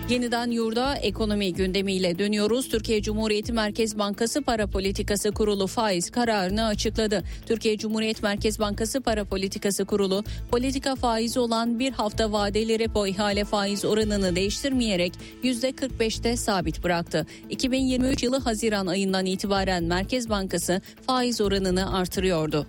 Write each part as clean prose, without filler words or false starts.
Yeniden yurda ekonomi gündemiyle dönüyoruz. Türkiye Cumhuriyeti Merkez Bankası Para Politikası Kurulu faiz kararını açıkladı. Türkiye Cumhuriyet Merkez Bankası Para Politikası Kurulu, politika faizi olan bir hafta vadeli repo ihale faiz oranını değiştirmeyerek %45'te sabit bıraktı. 2023 yılı Haziran ayından itibaren Merkez Bankası faiz oranını artırıyordu.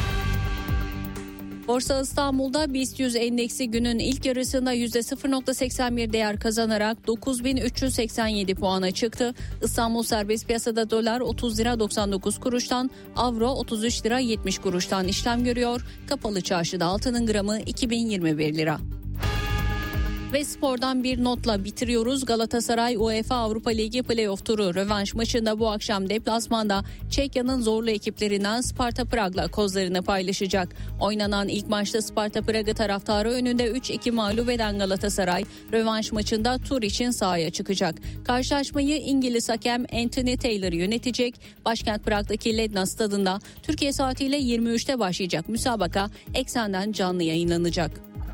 Borsa İstanbul'da BIST 100 endeksi günün ilk yarısında %0.81 değer kazanarak 9.387 puana çıktı. İstanbul serbest piyasada dolar 30 lira 99 kuruştan, avro 33 lira 70 kuruştan işlem görüyor. Kapalı çarşıda altının gramı 2021 lira. Ve spordan bir notla bitiriyoruz. Galatasaray UEFA Avrupa Ligi playoff turu rövanş maçında bu akşam deplasmanda Çekya'nın zorlu ekiplerinden Sparta Prag'la kozlarını paylaşacak. Oynanan ilk maçta Sparta Prag'ı taraftarı önünde 3-2 mağlup eden Galatasaray rövanş maçında tur için sahaya çıkacak. Karşılaşmayı İngiliz hakem Anthony Taylor yönetecek. Başkent Prag'daki Ledna stadında Türkiye saatiyle 23'te başlayacak müsabaka Eksen'den canlı yayınlanacak.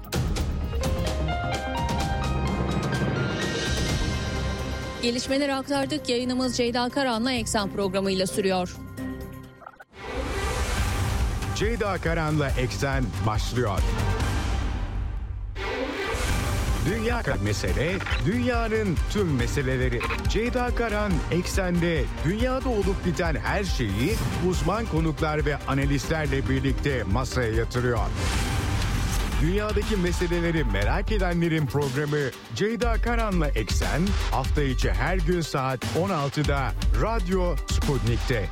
Gelişmeleri aktardık. Yayınımız Ceyda Karan'la Eksen programıyla sürüyor. Ceyda Karan'la Eksen başlıyor. Dünya mesele, dünyanın tüm meseleleri. Ceyda Karan Eksen'de dünyada olup biten her şeyi uzman konuklar ve analistlerle birlikte masaya yatırıyor. Dünyadaki meseleleri merak edenlerin programı Ceyda Karan'la Eksen hafta içi her gün saat 16'da Radyo Sputnik'te.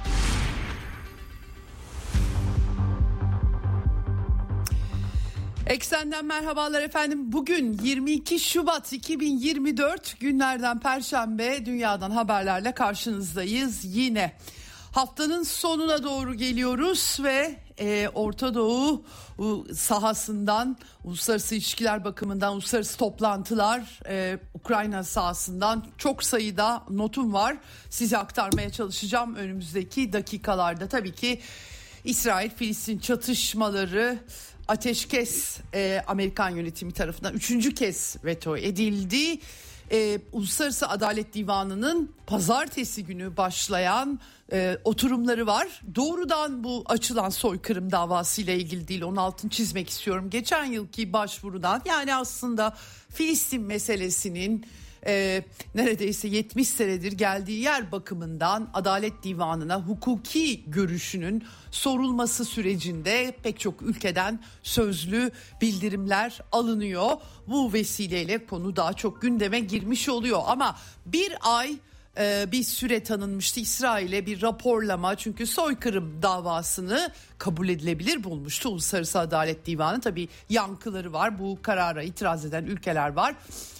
Eksen'den merhabalar efendim. Bugün 22 Şubat 2024 günlerden Perşembe, dünyadan haberlerle karşınızdayız yine. Haftanın sonuna doğru geliyoruz ve Orta Doğu sahasından, uluslararası ilişkiler bakımından, uluslararası toplantılar, Ukrayna sahasından çok sayıda notum var. Size aktarmaya çalışacağım önümüzdeki dakikalarda. Tabii ki İsrail-Filistin çatışmaları, ateşkes Amerikan yönetimi tarafından 3. kez veto edildi. Uluslararası Adalet Divanı'nın pazartesi günü başlayan oturumları var. Doğrudan bu açılan soykırım davasıyla ilgili değil, onun altını çizmek istiyorum. Geçen yılki başvurudan, yani aslında Filistin meselesinin neredeyse 70 senedir geldiği yer bakımından Adalet Divanı'na hukuki görüşünün sorulması sürecinde pek çok ülkeden sözlü bildirimler alınıyor. Bu vesileyle konu daha çok gündeme girmiş oluyor ama bir ay bir süre tanınmıştı İsrail'e bir raporlama, çünkü soykırım davasını kabul edilebilir bulmuştu Uluslararası Adalet Divanı. Tabii yankıları var, bu karara itiraz eden ülkeler var.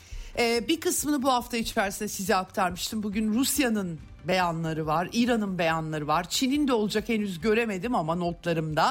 Bir kısmını bu hafta içerisinde size aktarmıştım. Bugün Rusya'nın beyanları var, İran'ın beyanları var. Çin'in de olacak henüz göremedim ama notlarımda.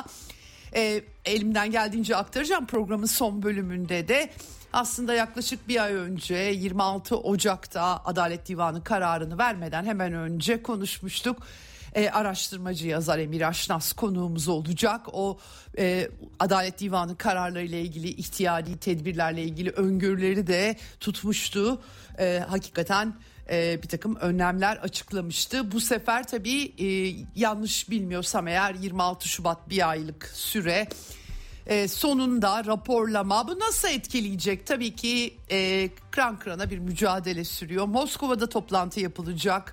Elimden geldiğince aktaracağım programın son bölümünde de. Aslında yaklaşık bir ay önce 26 Ocak'ta Adalet Divanı kararını vermeden hemen önce konuşmuştuk. Araştırmacı yazar Emir Aşnas konuğumuz olacak. O Adalet Divanı kararlarıyla ilgili, ihtiyari tedbirlerle ilgili öngörüleri de tutmuştu. Hakikaten bir takım önlemler açıklamıştı. Bu sefer tabii yanlış bilmiyorsam eğer 26 Şubat bir aylık süre sonunda raporlama. Bu nasıl etkileyecek? Tabii ki kıran kırana bir mücadele sürüyor. Moskova'da toplantı yapılacak.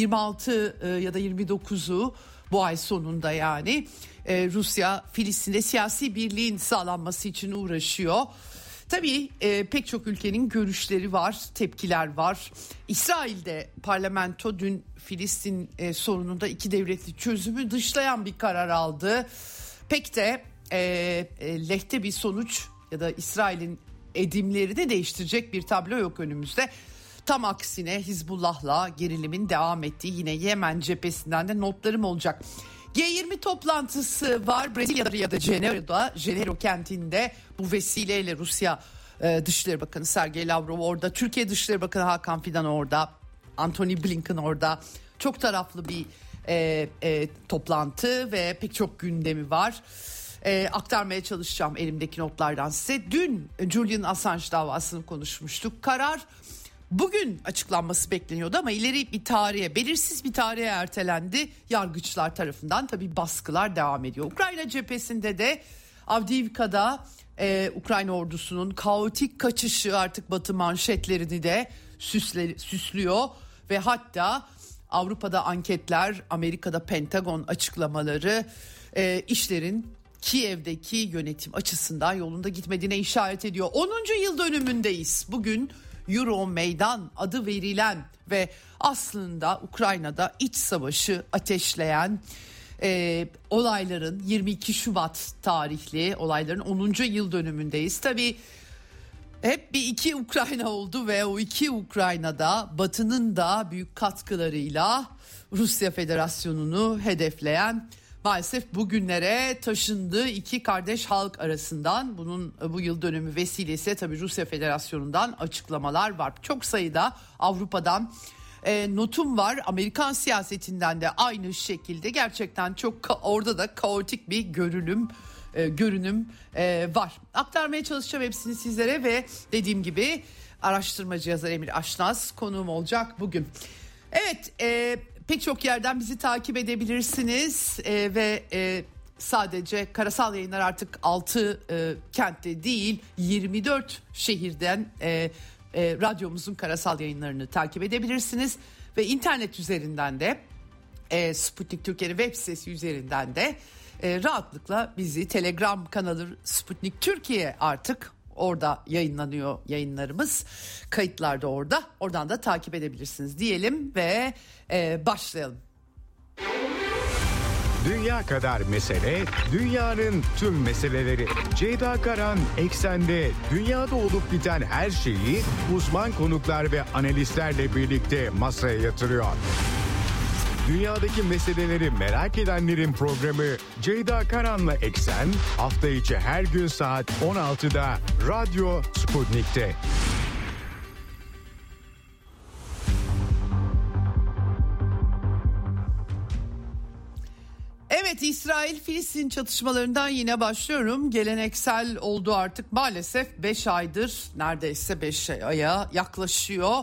26 ya da 29'u bu ay sonunda, yani Rusya Filistin'de siyasi birliğin sağlanması için uğraşıyor. Tabii pek çok ülkenin görüşleri var, tepkiler var. İsrail'de parlamento dün Filistin sorununda 2 devletli çözümü dışlayan bir karar aldı. Pek de lehte bir sonuç ya da İsrail'in edimlerini değiştirecek bir tablo yok önümüzde. Tam aksine Hizbullah'la gerilimin devam ettiği, yine Yemen cephesinden de notlarım olacak. G20 toplantısı var Brezilya'da ya da Cenevre kentinde. Bu vesileyle Rusya Dışişleri Bakanı Sergey Lavrov orada, Türkiye Dışişleri Bakanı Hakan Fidan orada, Antony Blinken orada. Çok taraflı bir toplantı ve pek çok gündemi var. Aktarmaya çalışacağım elimdeki notlardan size. Dün Julian Assange davasını konuşmuştuk. Karar bugün açıklanması bekleniyordu ama ileri bir tarihe, belirsiz bir tarihe ertelendi yargıçlar tarafından. Tabii baskılar devam ediyor. Ukrayna cephesinde de Avdiivka'da Ukrayna ordusunun kaotik kaçışı artık Batı manşetlerini de süslüyor ve hatta Avrupa'da anketler, Amerika'da Pentagon açıklamaları işlerin Kiev'deki yönetim açısından yolunda gitmediğine işaret ediyor. 10. yıl dönümündeyiz. Bugün Euromeydan adı verilen ve aslında Ukrayna'da iç savaşı ateşleyen olayların 22 Şubat tarihli olayların 10. yıl dönümündeyiz. Tabii hep bir iki Ukrayna oldu ve o iki Ukrayna'da Batı'nın da büyük katkılarıyla Rusya Federasyonu'nu hedefleyen maalesef bugünlere taşındı iki kardeş halk arasından. Bu yıl dönümü vesilesiyle tabii Rusya Federasyonu'ndan açıklamalar var. Çok sayıda Avrupa'dan notum var. Amerikan siyasetinden de aynı şekilde gerçekten çok orada da kaotik bir görünüm var. Aktarmaya çalışacağım hepsini sizlere ve dediğim gibi araştırmacı yazar Emir Aşnaz konuğum olacak bugün. Evet, pek çok yerden bizi takip edebilirsiniz ve sadece karasal yayınlar artık 6 kentte değil 24 şehirden radyomuzun karasal yayınlarını takip edebilirsiniz ve internet üzerinden de Sputnik Türkiye'nin web sitesi üzerinden de rahatlıkla bizi Telegram kanalı Sputnik Türkiye artık orada yayınlanıyor yayınlarımız. Kayıtlar da orada. Oradan da takip edebilirsiniz diyelim ve başlayalım. Dünya kadar mesele, dünyanın tüm meseleleri. Ceyda Karan Eksen'de dünyada olup biten her şeyi uzman konuklar ve analistlerle birlikte masaya yatırıyor. Dünyadaki meseleleri merak edenlerin programı Ceyda Karan'la Eksen hafta içi her gün saat 16'da Radyo Sputnik'te. Evet, İsrail-Filistin çatışmalarından yine başlıyorum. Geleneksel oldu artık maalesef 5 aydır, neredeyse 5 aya yaklaşıyor.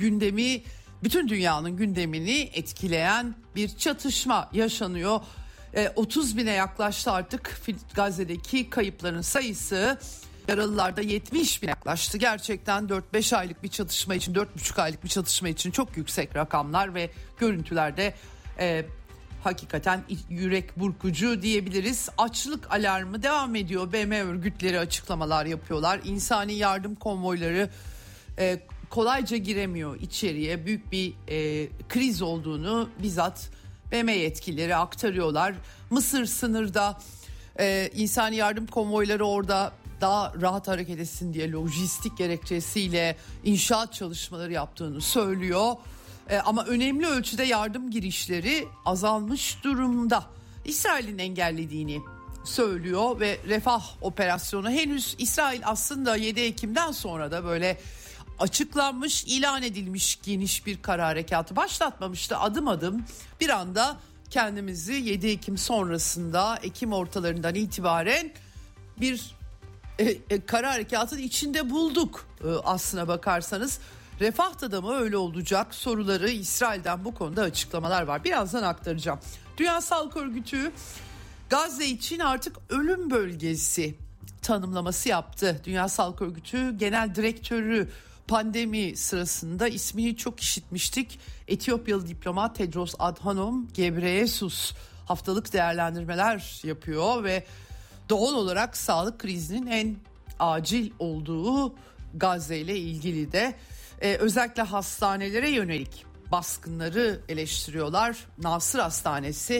Bütün dünyanın gündemini etkileyen bir çatışma yaşanıyor. 30 bine yaklaştı artık Gazze'deki kayıpların sayısı. Yaralılar da 70 bine yaklaştı. Gerçekten 4-5 aylık bir çatışma için, 4,5 aylık bir çatışma için çok yüksek rakamlar ve görüntülerde hakikaten yürek burkucu diyebiliriz. Açlık alarmı devam ediyor. BM örgütleri açıklamalar yapıyorlar. İnsani yardım konvoyları kolayca giremiyor içeriye. Büyük bir kriz olduğunu bizzat BM yetkilileri aktarıyorlar. Mısır sınırda insani yardım konvoyları orada daha rahat hareket etsin diye lojistik gerekçesiyle inşaat çalışmaları yaptığını söylüyor. Ama önemli ölçüde yardım girişleri azalmış durumda. İsrail'in engellediğini söylüyor ve Refah operasyonu henüz İsrail aslında 7 Ekim'den sonra da böyle açıklanmış, ilan edilmiş geniş bir kara harekatı başlatmamıştı. Adım adım bir anda kendimizi 7 Ekim sonrasında Ekim ortalarından itibaren bir kara harekatın içinde bulduk aslına bakarsanız. Refah'ta da mı öyle olacak soruları İsrail'den bu konuda açıklamalar var. Birazdan aktaracağım. Dünya Sağlık Örgütü Gazze için artık ölüm bölgesi tanımlaması yaptı. Dünya Sağlık Örgütü Genel Direktörü pandemi sırasında ismini çok işitmiştik. Etiyopyalı diplomat Tedros Adhanom Ghebreyesus haftalık değerlendirmeler yapıyor ve doğal olarak sağlık krizinin en acil olduğu Gazze ile ilgili de özellikle hastanelere yönelik baskınları eleştiriyorlar. Nasır Hastanesi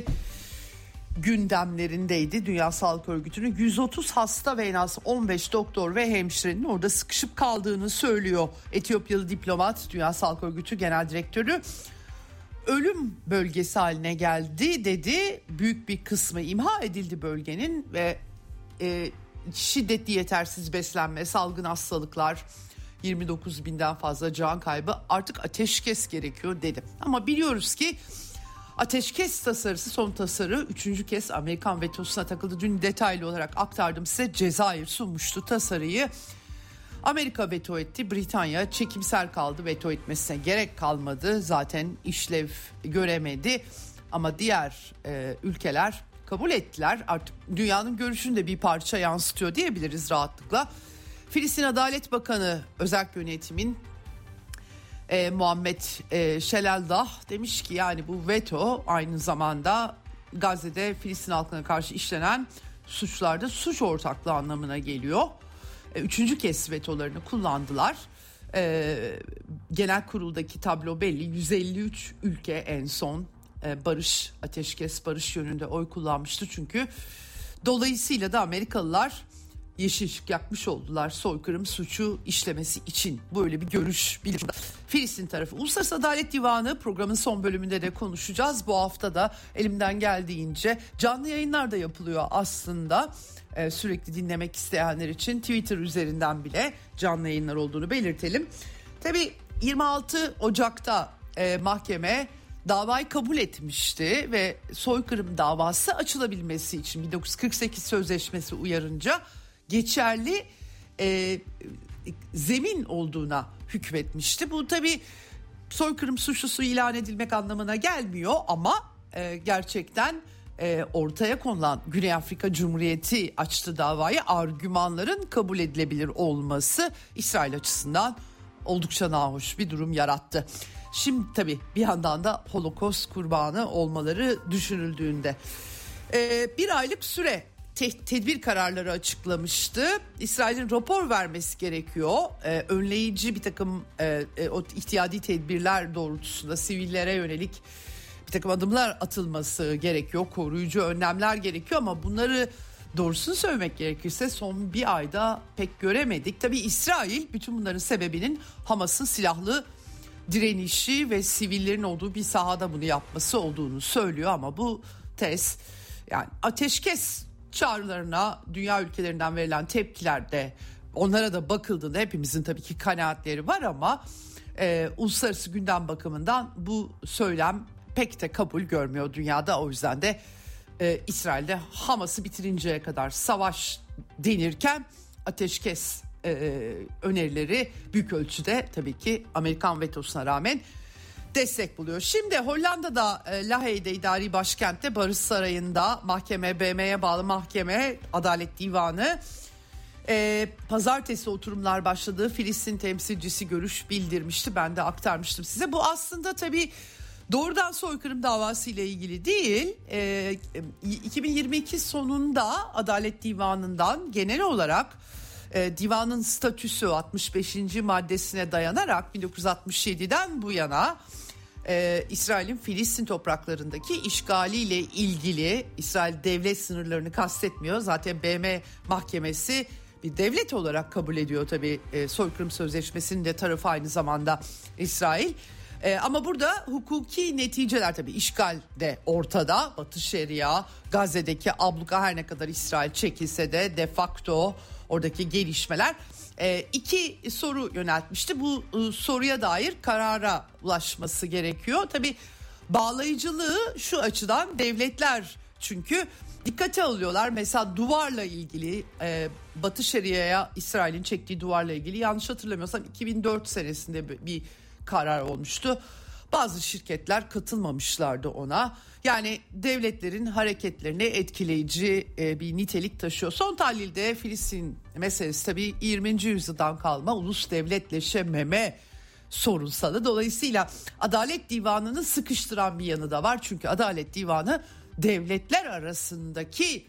gündemlerindeydi. Dünya Sağlık Örgütü'nün 130 hasta ve en az 15 doktor ve hemşirenin orada sıkışıp kaldığını söylüyor. Etiyopyalı diplomat Dünya Sağlık Örgütü Genel Direktörü ölüm bölgesi haline geldi dedi. Büyük bir kısmı imha edildi bölgenin ve şiddetli yetersiz beslenme, salgın hastalıklar, 29 binden fazla can kaybı, artık ateşkes gerekiyor dedi. Ama biliyoruz ki ateşkes tasarısı, son tasarı 3. kez Amerikan vetosuna takıldı. Dün detaylı olarak aktardım size. Cezayir sunmuştu tasarıyı. Amerika veto etti. Britanya çekimser kaldı. Veto etmesine gerek kalmadı. Zaten işlev göremedi. Ama diğer ülkeler kabul ettiler. Artık dünyanın görüşünü de bir parça yansıtıyor diyebiliriz rahatlıkla. Filistin Adalet Bakanı özel yönetimin Muhammed Şelaldah demiş ki yani bu veto aynı zamanda Gazze'de Filistin halkına karşı işlenen suçlarda suç ortaklığı anlamına geliyor. Üçüncü kez vetolarını kullandılar. Genel kuruldaki tablo belli. 153 ülke en son barış, ateşkes, barış yönünde oy kullanmıştı çünkü. Dolayısıyla da Amerikalılar yeşil ışık yakmış oldular soykırım suçu işlemesi için. Böyle bir görüş bilir. Filistin tarafı. Uluslararası Adalet Divanı programın son bölümünde de konuşacağız. Bu hafta da elimden geldiğince canlı yayınlar da yapılıyor aslında. Sürekli dinlemek isteyenler için Twitter üzerinden bile canlı yayınlar olduğunu belirtelim. Tabii 26 Ocak'ta mahkeme davayı kabul etmişti ve soykırım davası açılabilmesi için 1948 Sözleşmesi uyarınca geçerli zemin olduğuna hükmetmişti. Bu tabii soykırım suçlusu ilan edilmek anlamına gelmiyor ama gerçekten ortaya konulan Güney Afrika Cumhuriyeti açtığı davayı argümanların kabul edilebilir olması İsrail açısından oldukça nahoş bir durum yarattı. Şimdi tabii bir yandan da Holocaust kurbanı olmaları düşünüldüğünde bir aylık süre tedbir kararları açıklamıştı. İsrail'in rapor vermesi gerekiyor. Önleyici bir takım o ihtiyadi tedbirler doğrultusunda sivillere yönelik bir takım adımlar atılması gerekiyor. Koruyucu önlemler gerekiyor ama bunları doğrusunu söylemek gerekirse son bir ayda pek göremedik. Tabii İsrail bütün bunların sebebinin Hamas'ın silahlı direnişi ve sivillerin olduğu bir sahada bunu yapması olduğunu söylüyor ama bu tez yani ateşkes çağrılarına dünya ülkelerinden verilen tepkilerde onlara da bakıldığında hepimizin tabii ki kanaatleri var ama uluslararası gündem bakımından bu söylem pek de kabul görmüyor dünyada. O yüzden de İsrail'de Hamas'ı bitirinceye kadar savaş denirken ateşkes önerileri büyük ölçüde tabii ki Amerikan vetosuna rağmen destek buluyor. Şimdi Hollanda'da Lahey'de idari başkentte Barış Sarayı'nda mahkeme, BM'ye bağlı mahkeme Adalet Divanı pazartesi oturumlar başladığı Filistin temsilcisi görüş bildirmişti. Ben de aktarmıştım size. Bu aslında tabii doğrudan soykırım davası ile ilgili değil. 2022 sonunda Adalet Divanı'ndan genel olarak divanın statüsü 65. maddesine dayanarak 1967'den bu yana İsrail'in Filistin topraklarındaki işgaliyle ilgili İsrail devlet sınırlarını kastetmiyor. Zaten BM mahkemesi bir devlet olarak kabul ediyor tabii soykırım sözleşmesinin de tarafı aynı zamanda İsrail. Ama burada hukuki neticeler tabii işgal de ortada. Batı Şeria, Gazze'deki abluka her ne kadar İsrail çekilse de de facto oradaki gelişmeler. İki soru yöneltmişti. Bu soruya dair karara ulaşması gerekiyor. Tabii bağlayıcılığı şu açıdan devletler çünkü dikkate alıyorlar. Mesela duvarla ilgili Batı Şeria'ya İsrail'in çektiği duvarla ilgili yanlış hatırlamıyorsam 2004 senesinde bir karar olmuştu. Bazı şirketler katılmamışlardı ona. Yani devletlerin hareketlerini etkileyici bir nitelik taşıyor. Son tahlilde Filistin meselesi tabii 20. yüzyıldan kalma ulus devletleşememe sorunsalı. Dolayısıyla Adalet Divanı'nı sıkıştıran bir yanı da var. Çünkü Adalet Divanı devletler arasındaki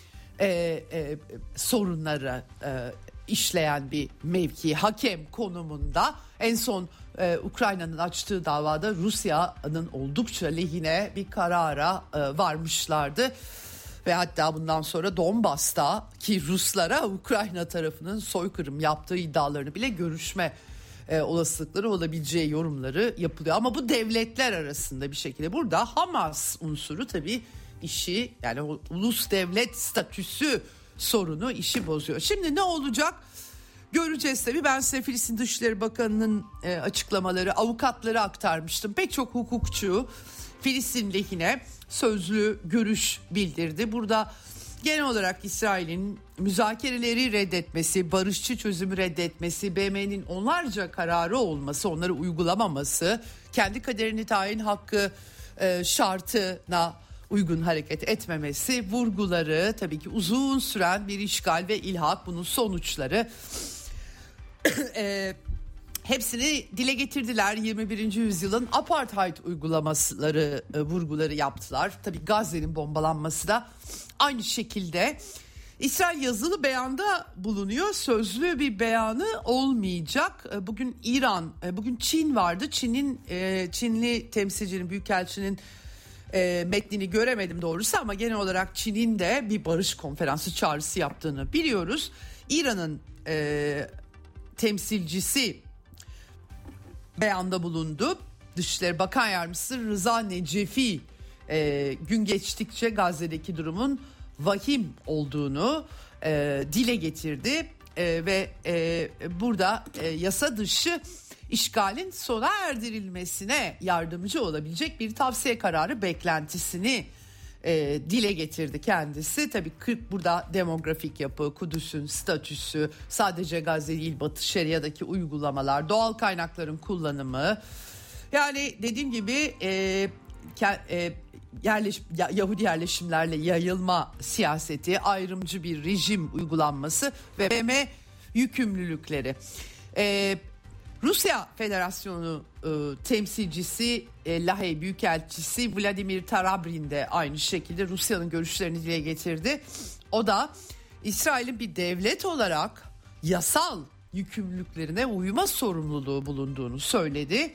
sorunları işleyen bir mevki, hakem konumunda. En son Ukrayna'nın açtığı davada Rusya'nın oldukça lehine bir karara varmışlardı. Ve hatta bundan sonra Donbas'ta ki Ruslara Ukrayna tarafının soykırım yaptığı iddialarını bile görüşme olasılıkları olabileceği yorumları yapılıyor. Ama bu devletler arasında bir şekilde burada Hamas unsuru tabii işi yani o ulus devlet statüsü sorunu işi bozuyor. Şimdi ne olacak? Göreceğiz tabii. Ben size Filistin Dışişleri Bakanı'nın açıklamaları, avukatları aktarmıştım. Pek çok hukukçu Filistin lehine sözlü görüş bildirdi. Burada genel olarak İsrail'in müzakereleri reddetmesi, barışçı çözümü reddetmesi, BM'nin onlarca kararı olması, onları uygulamaması, kendi kaderini tayin hakkı şartına uygun hareket etmemesi, vurguları, tabii ki uzun süren bir işgal ve ilhak, bunun sonuçları hepsini dile getirdiler. 21. yüzyılın apartheid uygulamaları, vurguları yaptılar. Tabii Gazze'nin bombalanması da aynı şekilde. İsrail yazılı beyanda bulunuyor. Sözlü bir beyanı olmayacak. Bugün bugün Çin vardı. Çinli temsilcinin, büyükelçinin metnini göremedim doğrusu, ama genel olarak Çin'in de bir barış konferansı çağrısı yaptığını biliyoruz. İran'ın temsilcisi beyanda bulundu. Dışişleri Bakan Yardımcısı Rıza Necefi gün geçtikçe Gazze'deki durumun vahim olduğunu dile getirdi ve burada yasa dışı işgalin sona erdirilmesine yardımcı olabilecek bir tavsiye kararı beklentisini dile getirdi kendisi. Tabii 40 burada demografik yapı, Kudüs'ün statüsü, sadece Gazze değil Batı Şeria'daki uygulamalar, doğal kaynakların kullanımı. Yani dediğim gibi Yahudi yerleşimlerle yayılma siyaseti, ayrımcı bir rejim uygulanması ve BM yükümlülükleri. Rusya Federasyonu temsilcisi Lahey Büyükelçisi Vladimir Tarabrin de aynı şekilde Rusya'nın görüşlerini dile getirdi. O da İsrail'in bir devlet olarak yasal yükümlülüklerine uyma sorumluluğu bulunduğunu söyledi.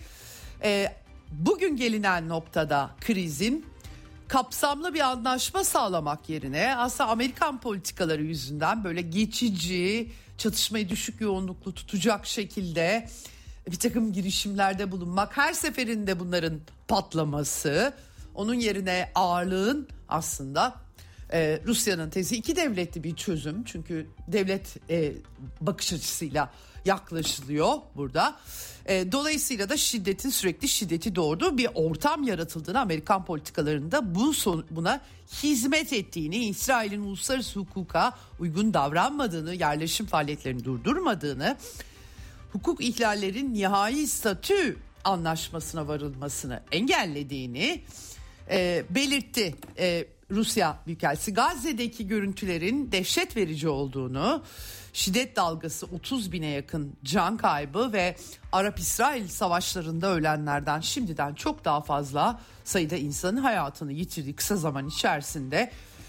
Bugün gelinen noktada krizin kapsamlı bir anlaşma sağlamak yerine aslında Amerikan politikaları yüzünden böyle geçici, çatışmayı düşük yoğunluklu tutacak şekilde bir takım girişimlerde bulunmak, her seferinde bunların patlaması, onun yerine ağırlığın aslında Rusya'nın tezi iki devletli bir çözüm, çünkü devlet bakış açısıyla yaklaşılıyor burada. Dolayısıyla da sürekli şiddeti doğurduğu bir ortam yaratıldığını, Amerikan politikalarında buna hizmet ettiğini, İsrail'in uluslararası hukuka uygun davranmadığını, yerleşim faaliyetlerini durdurmadığını, hukuk ihlallerin nihai statü anlaşmasına varılmasını engellediğini belirtti. Rusya Büyükelçisi Gazze'deki görüntülerin dehşet verici olduğunu, şiddet dalgası, 30 bine yakın can kaybı ve Arap-İsrail savaşlarında ölenlerden şimdiden çok daha fazla sayıda insanın hayatını yitirdiği kısa zaman içerisinde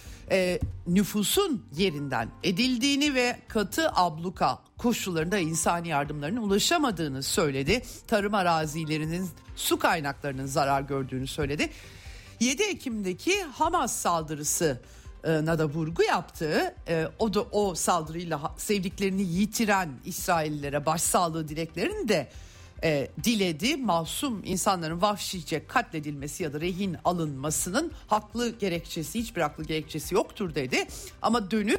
nüfusun yerinden edildiğini ve katı abluka koşullarında insani yardımların ulaşamadığını söyledi. Tarım arazilerinin, su kaynaklarının zarar gördüğünü söyledi. 7 Ekim'deki Hamas saldırısına da vurgu yaptı. O saldırıyla sevdiklerini yitiren İsraillilere başsağlığı dileklerini de diledi. Masum insanların vahşice katledilmesi ya da rehin alınmasının hiçbir haklı gerekçesi yoktur dedi. Ama dönüp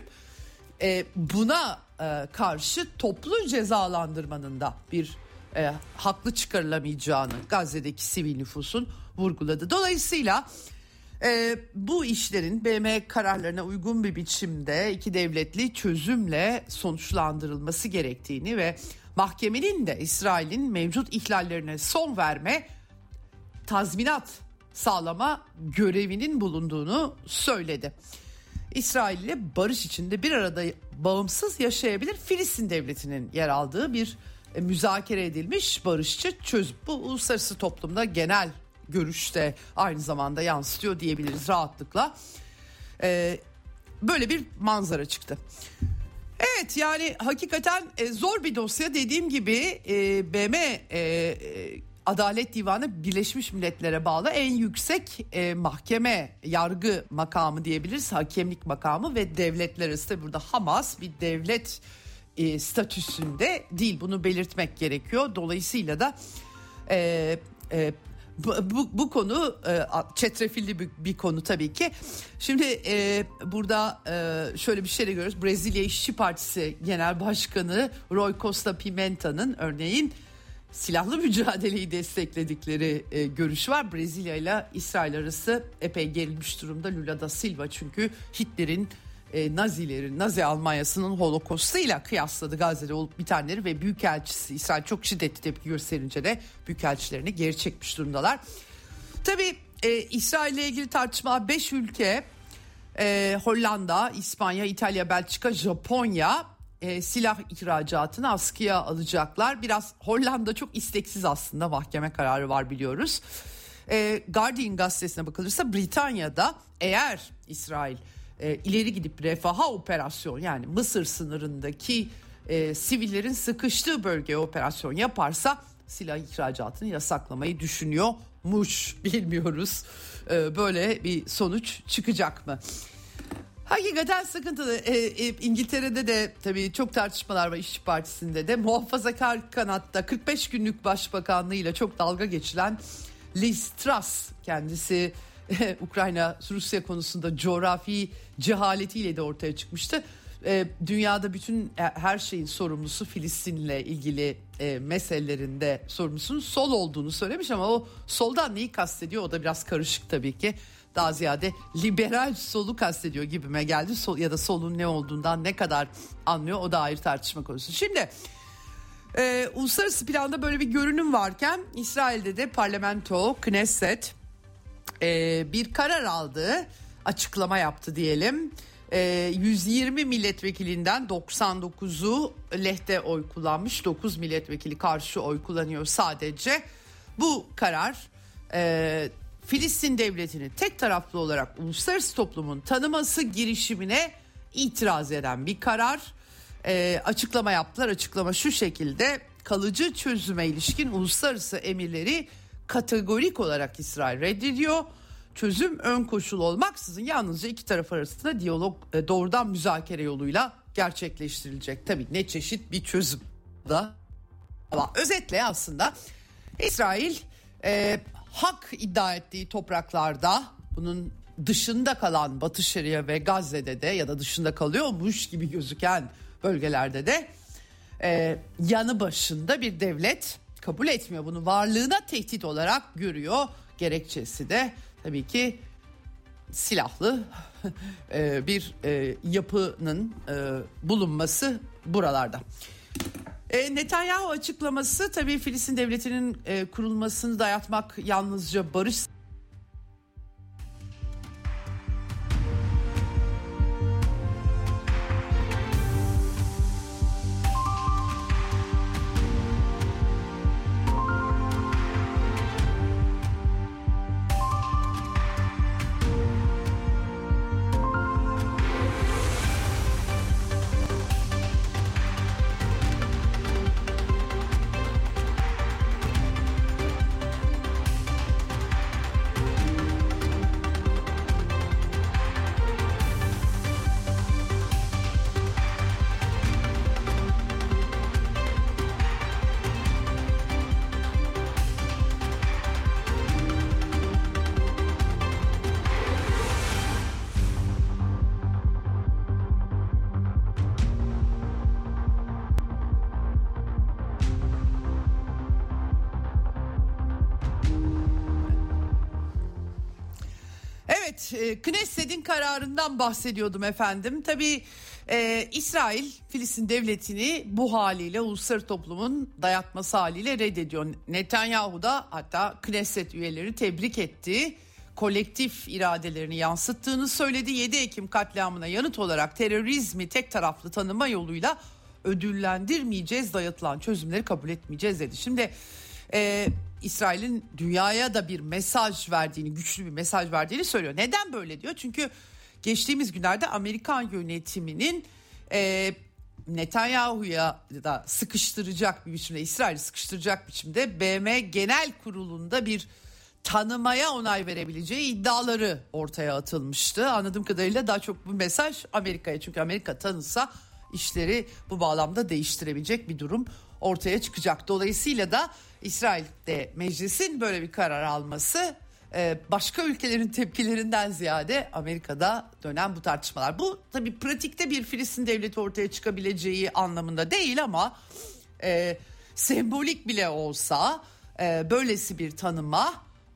buna karşı toplu cezalandırmanın da bir haklı çıkarılamayacağını Gazze'deki sivil nüfusun vurguladı. Dolayısıyla bu işlerin BM kararlarına uygun bir biçimde iki devletli çözümle sonuçlandırılması gerektiğini ve mahkemenin de İsrail'in mevcut ihlallerine son verme, tazminat sağlama görevinin bulunduğunu söyledi. İsrail ile barış içinde bir arada bağımsız yaşayabilir Filistin devletinin yer aldığı bir müzakere edilmiş barışçı çözüm. Bu uluslararası toplumda genel görüşte aynı zamanda yansıtıyor diyebiliriz rahatlıkla. Böyle bir manzara çıktı. Evet, yani hakikaten zor bir dosya. Dediğim gibi BM Adalet Divanı Birleşmiş Milletler'e bağlı en yüksek mahkeme, yargı makamı diyebiliriz, hakemlik makamı ve devletler arası. Burada Hamas bir devlet statüsünde değil, bunu belirtmek gerekiyor. Dolayısıyla da bu konu çetrefilli bir konu tabii ki. Şimdi burada şöyle bir şey de görüyoruz. Brezilya İşçi Partisi Genel Başkanı Rui Costa Pimenta'nın örneğin silahlı mücadeleyi destekledikleri görüşü var. Brezilya ile İsrail arası epey gerilmiş durumda. Lula da Silva çünkü Hitler'in Nazi Almanyası'nın Holokost'uyla kıyasladı Gazze'de olup bitenleri ve Büyükelçisi İsrail çok şiddetli tepki gösterince de büyükelçilerini geri çekmiş durumdalar. Tabii İsrail ile ilgili tartışma 5 ülke Hollanda, İspanya, İtalya, Belçika, Japonya silah ihracatını askıya alacaklar. Biraz Hollanda çok isteksiz aslında, mahkeme kararı var biliyoruz. Guardian gazetesine bakılırsa Britanya'da eğer İsrail ileri gidip refaha operasyon, yani Mısır sınırındaki sivillerin sıkıştığı bölgeye operasyon yaparsa silah ihracatını yasaklamayı düşünüyormuş. Bilmiyoruz böyle bir sonuç çıkacak mı? Hakikaten sıkıntılı. İngiltere'de de tabii çok tartışmalar var, İşçi Partisi'nde de. Muhafazakar kanatta 45 günlük başbakanlığıyla çok dalga geçilen Liz Truss, kendisi Ukrayna-Rusya konusunda coğrafi cehaletiyle de ortaya çıkmıştı. Dünyada bütün her şeyin sorumlusu, Filistin'le ilgili meselelerinde sorumlusunun sol olduğunu söylemiş ama o soldan neyi kastediyor o da biraz karışık tabii ki. Daha ziyade liberal solu kastediyor gibime geldi. Ya da solun ne olduğundan ne kadar anlıyor, o da ayrı tartışma konusu. Şimdi uluslararası planda böyle bir görünüm varken İsrail'de de parlamento, Knesset bir karar aldı, açıklama yaptı diyelim. 120 milletvekilinden 99'u lehte oy kullanmış, 9 milletvekili karşı oy kullanıyor sadece. Bu karar Filistin devletini tek taraflı olarak uluslararası toplumun tanıması girişimine itiraz eden bir karar. Açıklama yaptılar. Açıklama şu şekilde: kalıcı çözüme ilişkin uluslararası emirleri kategorik olarak İsrail reddediyor. Çözüm ön koşul olmaksızın yalnızca iki taraf arasında diyalog, doğrudan müzakere yoluyla gerçekleştirilecek. Tabii ne çeşit bir çözüm da. Ama özetle aslında İsrail hak iddia ettiği topraklarda, bunun dışında kalan Batı Şeria ve Gazze'de de ya da dışında kalıyormuş gibi gözüken bölgelerde de yanı başında bir devlet kabul etmiyor. Bunu varlığına tehdit olarak görüyor. Gerekçesi de tabii ki silahlı bir yapının bulunması buralarda. Netanyahu açıklaması tabii Filistin devletinin kurulmasını dayatmak yalnızca barış Knesset'in kararından bahsediyordum efendim. Tabii İsrail Filistin devletini bu haliyle uluslararası toplumun dayatması haliyle reddediyor. Netanyahu da hatta Knesset üyeleri tebrik etti. Kolektif iradelerini yansıttığını söyledi. 7 Ekim katliamına yanıt olarak terörizmi tek taraflı tanıma yoluyla ödüllendirmeyeceğiz, dayatılan çözümleri kabul etmeyeceğiz dedi. Şimdi İsrail'in dünyaya da bir mesaj verdiğini, güçlü bir mesaj verdiğini söylüyor. Neden böyle diyor? Çünkü geçtiğimiz günlerde Amerikan yönetiminin Netanyahu'ya da sıkıştıracak bir biçimde, İsrail'i sıkıştıracak biçimde BM Genel Kurulu'nda bir tanımaya onay verebileceği iddiaları ortaya atılmıştı. Anladığım kadarıyla daha çok bu mesaj Amerika'ya, çünkü Amerika tanınsa işleri bu bağlamda değiştirebilecek bir durum ortaya çıkacak. Dolayısıyla da İsrail'de meclisin böyle bir karar alması başka ülkelerin tepkilerinden ziyade Amerika'da dönen bu tartışmalar. Bu tabii pratikte bir Filistin devleti ortaya çıkabileceği anlamında değil ama sembolik bile olsa böylesi bir tanıma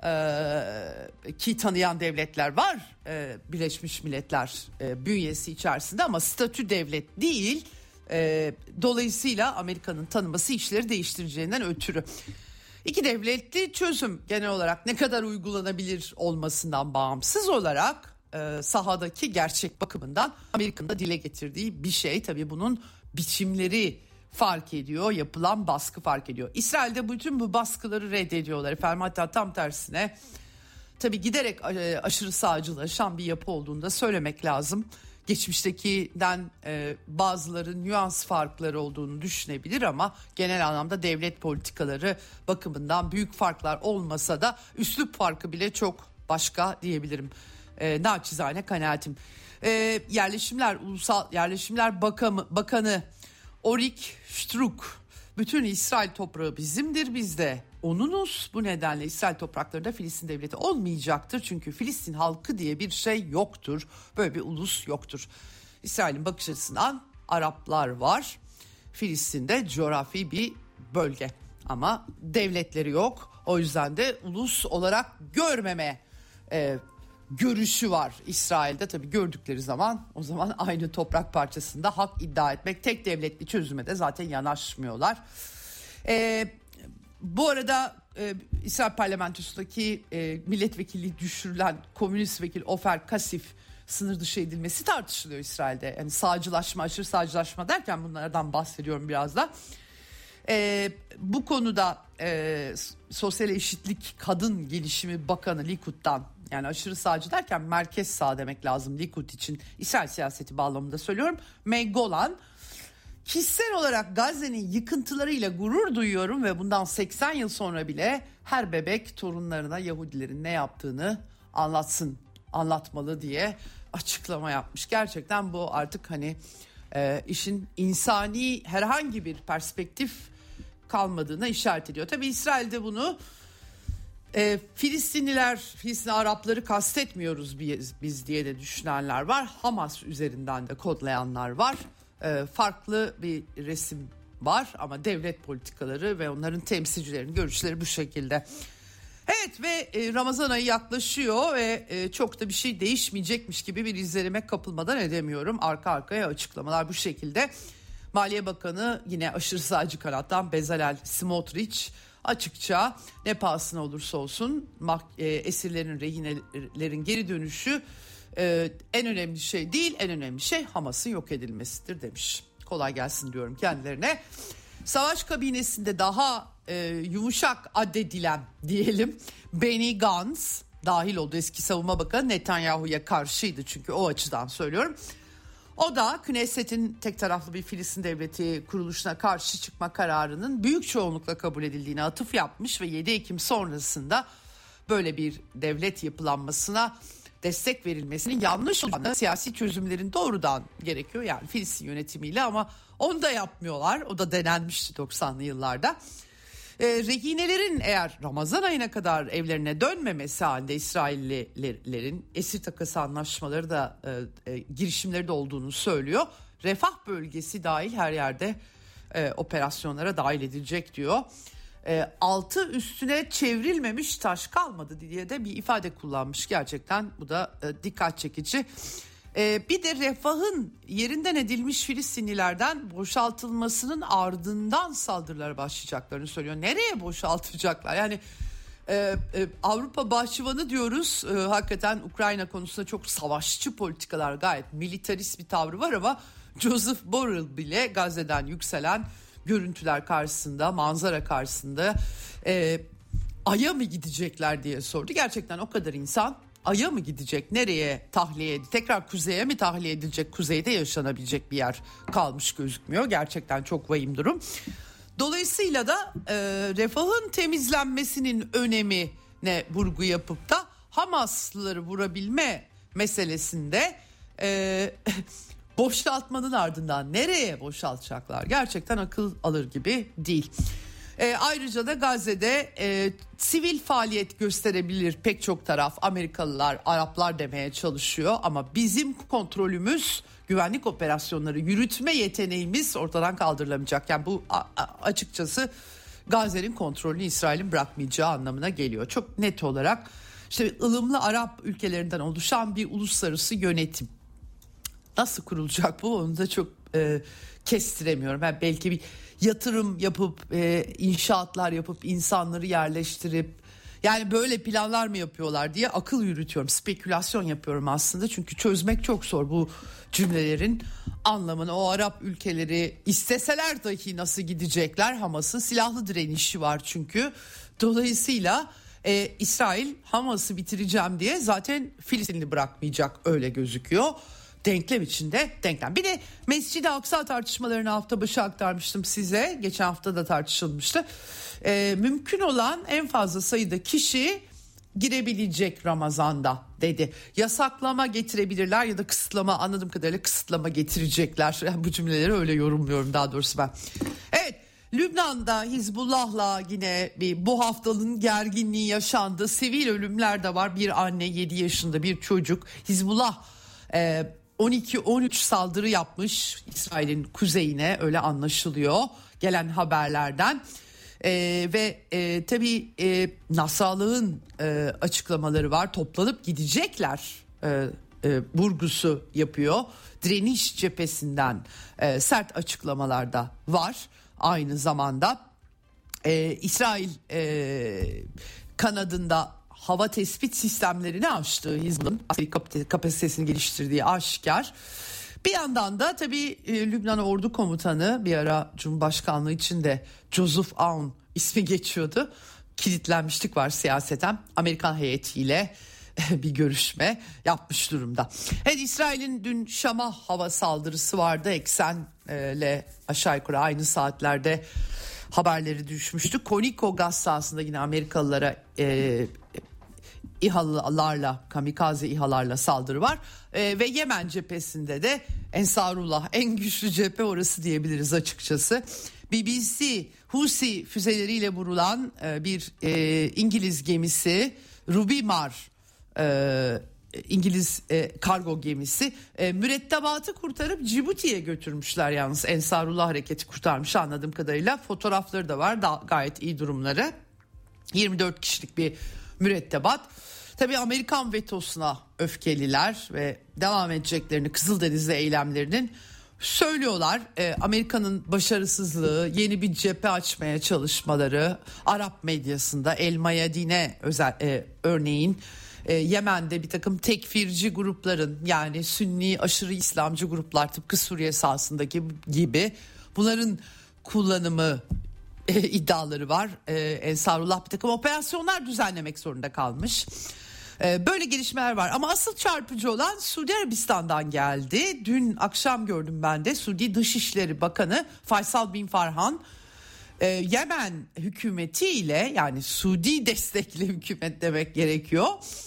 ki tanıyan devletler var Birleşmiş Milletler bünyesi içerisinde ama statü devlet değil. Dolayısıyla Amerika'nın tanıması işleri değiştireceğinden ötürü. İki devletli çözüm genel olarak ne kadar uygulanabilir olmasından bağımsız olarak sahadaki gerçek bakımından Amerika'nın da dile getirdiği bir şey. Tabii bunun biçimleri fark ediyor, yapılan baskı fark ediyor. İsrail'de bütün bu baskıları reddediyorlar efendim, hatta tam tersine tabii giderek aşırı sağcılaşan bir yapı olduğunu da söylemek lazım. Geçmiştekinden bazıları nüans farkları olduğunu düşünebilir ama genel anlamda devlet politikaları bakımından büyük farklar olmasa da üslup farkı bile çok başka diyebilirim. Naçizane kanaatim. Ulusal Yerleşimler Bakanı Orik Struk, bütün İsrail toprağı bizimdir, biz de onunuz. Bu nedenle İsrail topraklarında Filistin devleti olmayacaktır. Çünkü Filistin halkı diye bir şey yoktur. Böyle bir ulus yoktur. İsrail'in bakış açısından Araplar var. Filistin'de coğrafi bir bölge ama devletleri yok. O yüzden de ulus olarak görmeme görüşü var İsrail'de. Tabii gördükleri zaman o zaman aynı toprak parçasında hak iddia etmek, tek devletli çözüme de zaten yanaşmıyorlar. Bu arada İsrail parlamentosundaki milletvekili düşürülen komünist vekil Ofer Kasif sınır dışı edilmesi tartışılıyor İsrail'de. Yani sağcılaşma, aşırı sağcılaşma derken bunlardan bahsediyorum biraz da. Bu konuda Sosyal Eşitlik Kadın Gelişimi Bakanı Likud'dan, yani aşırı sağcı derken merkez sağ demek lazım Likud için, İsrail siyaseti bağlamında söylüyorum, May Golan, kişisel olarak Gazze'nin yıkıntılarıyla gurur duyuyorum ve bundan 80 yıl sonra bile her bebek torunlarına Yahudilerin ne yaptığını anlatmalı diye açıklama yapmış. Gerçekten bu artık hani işin insani herhangi bir perspektif kalmadığına işaret ediyor. Tabii İsrail'de bunu Filistin Arapları kastetmiyoruz biz diye de düşünenler var. Hamas üzerinden de kodlayanlar var. Farklı bir resim var ama devlet politikaları ve onların temsilcilerinin görüşleri bu şekilde. Evet ve Ramazan ayı yaklaşıyor ve çok da bir şey değişmeyecekmiş gibi bir izlenime kapılmadan edemiyorum. Arka arkaya açıklamalar bu şekilde. Maliye Bakanı yine aşırı sağcı kanattan Bezalel Smotrich açıkça ne pahasına olursa olsun esirlerin, rehinelerin geri dönüşü en önemli şey değil, en önemli şey Hamas'ın yok edilmesidir demiş. Kolay gelsin diyorum kendilerine. Savaş kabinesinde daha yumuşak addedilen diyelim Benny Gantz dahil oldu. Eski savunma bakanı Netanyahu'ya karşıydı çünkü o açıdan söylüyorum. O da Knesset'in tek taraflı bir Filistin devleti kuruluşuna karşı çıkma kararının büyük çoğunlukla kabul edildiğine atıf yapmış ve 7 Ekim sonrasında böyle bir devlet yapılanmasına destek verilmesinin yanlış olduğunu, siyasi çözümlerin doğrudan gerekiyor yani Filistin yönetimiyle, ama onu da yapmıyorlar. O da denenmişti 90'lı yıllarda. Rehinelerin eğer Ramazan ayına kadar evlerine dönmemesi halinde İsraillilerin esir takası anlaşmaları da girişimleri de olduğunu söylüyor. Refah bölgesi dahil her yerde operasyonlara dahil edilecek diyor. Altı üstüne çevrilmemiş taş kalmadı diye de bir ifade kullanmış. Gerçekten bu da dikkat çekici. Bir de refahın yerinden edilmiş Filistinlilerden boşaltılmasının ardından saldırılara başlayacaklarını söylüyor. Nereye boşaltacaklar? Yani Avrupa bahçıvanı diyoruz. Hakikaten Ukrayna konusunda çok savaşçı politikalar, gayet militarist bir tavrı var ama Joseph Borrell bile Gazze'den yükselen görüntüler karşısında, manzara karşısında Ay'a mı gidecekler diye sordu. Gerçekten o kadar insan Ay'a mı gidecek? Nereye tahliye edilecek? Tekrar kuzeye mi tahliye edilecek? Kuzeyde yaşanabilecek bir yer kalmış gözükmüyor. Gerçekten çok vahim durum. Dolayısıyla da refahın temizlenmesinin önemine vurgu yapıp da Hamaslıları vurabilme meselesinde boşaltmanın ardından nereye boşaltacaklar? Gerçekten akıl alır gibi değil. Ayrıca da Gazze'de sivil faaliyet gösterebilir pek çok taraf. Amerikalılar, Araplar demeye çalışıyor ama bizim kontrolümüz, güvenlik operasyonları yürütme yeteneğimiz ortadan kaldırılamayacak. Yani bu açıkçası Gazze'nin kontrolünü İsrail'in bırakmayacağı anlamına geliyor. Çok net olarak işte ılımlı Arap ülkelerinden oluşan bir uluslararası yönetim. Nasıl kurulacak bu, onu da çok kestiremiyorum. Yani belki bir yatırım yapıp inşaatlar yapıp insanları yerleştirip, yani böyle planlar mı yapıyorlar diye akıl yürütüyorum, spekülasyon yapıyorum aslında. Çünkü çözmek çok zor bu cümlelerin anlamını. O Arap ülkeleri isteseler dahi nasıl gidecekler? Hamas'ın silahlı direnişi var çünkü. Dolayısıyla İsrail Hamas'ı bitireceğim diye zaten Filistin'i bırakmayacak, öyle gözüküyor. Denklem içinde denklem. Bir de Mescid-i Aksa tartışmalarını hafta başı aktarmıştım size. Geçen hafta da tartışılmıştı. Mümkün olan en fazla sayıda kişi girebilecek Ramazan'da dedi. Yasaklama getirebilirler ya da kısıtlama, anladığım kadarıyla kısıtlama getirecekler. Yani bu cümleleri öyle yorumluyorum daha doğrusu ben. Evet, Lübnan'da Hizbullah'la yine bu haftanın gerginliği yaşandı. Sivil ölümler de var. Bir anne, 7 yaşında bir çocuk. Hizbullah 12-13 saldırı yapmış İsrail'in kuzeyine, öyle anlaşılıyor gelen haberlerden. Ve tabii Nasrallah'ın açıklamaları var, toplanıp gidecekler vurgusu yapıyor. Direniş cephesinden sert açıklamalar da var aynı zamanda. İsrail kanadında hava tespit sistemlerini açtığı, Hizbullah'ın askeri kapasitesini geliştirdiği aşikar. Bir yandan da tabii Lübnan Ordu Komutanı, bir ara Cumhurbaşkanlığı için de Joseph Aoun ismi geçiyordu. Kilitlenmişlik var siyaseten. Amerikan heyetiyle bir görüşme yapmış durumda. Evet, İsrail'in dün Şam'a hava saldırısı vardı. Eksenle aşağı yukarı aynı saatlerde haberleri düşmüştü. Koniko gaz sahasında yine Amerikalılara İHA'larla, kamikaze İHA'larla saldırı var. Ve Yemen cephesinde de Ensarullah, en güçlü cephe orası diyebiliriz açıkçası. BBC Husi füzeleriyle vurulan bir İngiliz gemisi Ruby Mar, İngiliz kargo gemisi, mürettebatı kurtarıp Cibuti'ye götürmüşler. Yalnız Ensarullah hareketi kurtarmış anladığım kadarıyla. Fotoğrafları da var, gayet iyi durumları. 24 kişilik bir mürettebat. Tabii Amerikan vetosuna öfkeliler ve devam edeceklerini, Kızıldeniz'de eylemlerinin söylüyorlar. Amerika'nın başarısızlığı, yeni bir cephe açmaya çalışmaları, Arap medyasında El Mayadine örneğin Yemen'de bir takım tekfirci grupların, yani Sünni aşırı İslamcı gruplar tıpkı Suriye sahasındaki gibi, bunların kullanımı iddiaları var. Ensarullah bir takım operasyonlar düzenlemek zorunda kalmış. Böyle gelişmeler var ama asıl çarpıcı olan Suudi Arabistan'dan geldi. Dün akşam gördüm ben de. Suudi Dışişleri Bakanı Faysal bin Farhan Yemen hükümetiyle, yani Suudi destekli hükümet demek gerekiyor,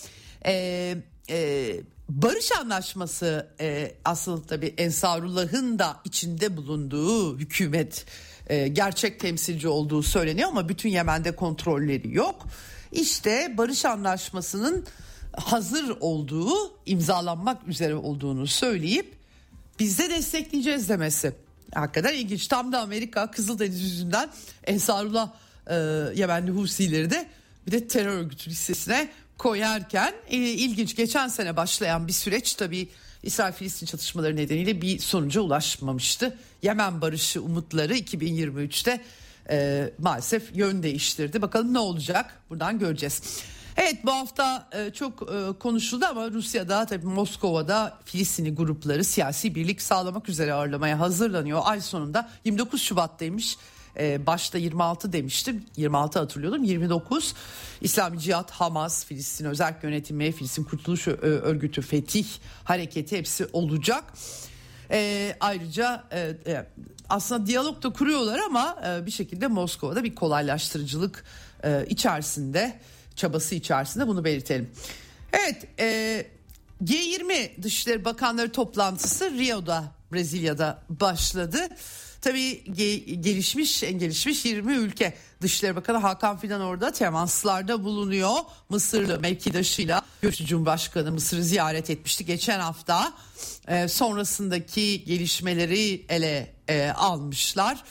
barış anlaşması, asıl tabii Ensarullah'ın da içinde bulunduğu hükümet gerçek temsilci olduğu söyleniyor ama bütün Yemen'de kontrolleri yok. İşte barış anlaşmasının hazır olduğu, imzalanmak üzere olduğunu söyleyip biz de destekleyeceğiz demesi. Hakikaten ilginç. Tam da Amerika Kızıldeniz yüzünden Ensarullah Yemenli Husileri de bir de terör örgütü listesine koyarken ilginç. Geçen sene başlayan bir süreç tabii İsrail-Filistin çatışmaları nedeniyle bir sonuca ulaşmamıştı. Yemen barışı umutları 2023'te maalesef yön değiştirdi. Bakalım ne olacak, buradan göreceğiz. Evet, bu hafta çok konuşuldu ama Rusya'da, tabii Moskova'da Filistinli grupları siyasi birlik sağlamak üzere ağırlamaya hazırlanıyor. Ay sonunda 29 Şubat'taymış. Başta 26 demiştim. 26 hatırlıyordum. 29 İslami Cihat, Hamas, Filistin Özel Yönetimi, Filistin Kurtuluş Örgütü, Fetih Hareketi hepsi olacak. Ayrıca aslında diyalog da kuruyorlar ama bir şekilde Moskova'da bir kolaylaştırıcılık içerisinde, çabası içerisinde, bunu belirtelim. Evet, G20 Dışişleri Bakanları toplantısı Rio'da, Brezilya'da başladı. Tabii en gelişmiş 20 ülke. Dışişleri Bakanı Hakan Fidan orada temaslarda bulunuyor. Mısırlı mevkidaşıyla görüştü. Cumhurbaşkanı Mısır'ı ziyaret etmişti geçen hafta. Sonrasındaki gelişmeleri ele almışlar.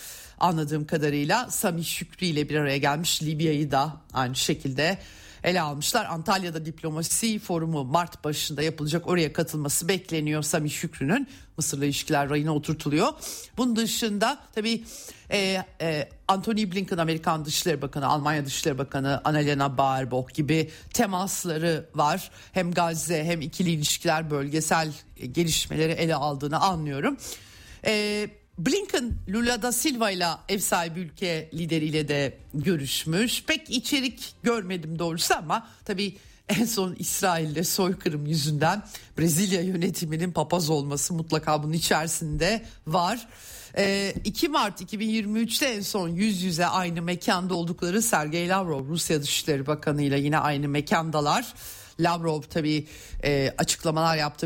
anladığım kadarıyla. Sami Şükri ile bir araya gelmiş. Libya'yı da aynı şekilde ele almışlar. Antalya'da diplomasi forumu Mart başında yapılacak, oraya katılması bekleniyor Sami Şükrü'nün. Mısır'la ilişkiler rayına oturtuluyor. Bunun dışında tabii Antony Blinken, Amerikan Dışişleri Bakanı, Almanya Dışişleri Bakanı Annalena Baerbock gibi temasları var. Hem Gazze hem ikili ilişkiler, bölgesel gelişmeleri ele aldığını anlıyorum. Blinken, Lula da Silva ile ev sahibi ülke lideriyle de görüşmüş. Pek içerik görmedim doğrusu ama tabii en son İsrail'de soykırım yüzünden Brezilya yönetiminin papaz olması mutlaka bunun içerisinde var. 2 Mart 2023'te en son yüz yüze aynı mekanda oldukları Sergey Lavrov, Rusya Dışişleri Bakanı ile yine aynı mekandalar. Lavrov tabii açıklamalar yaptı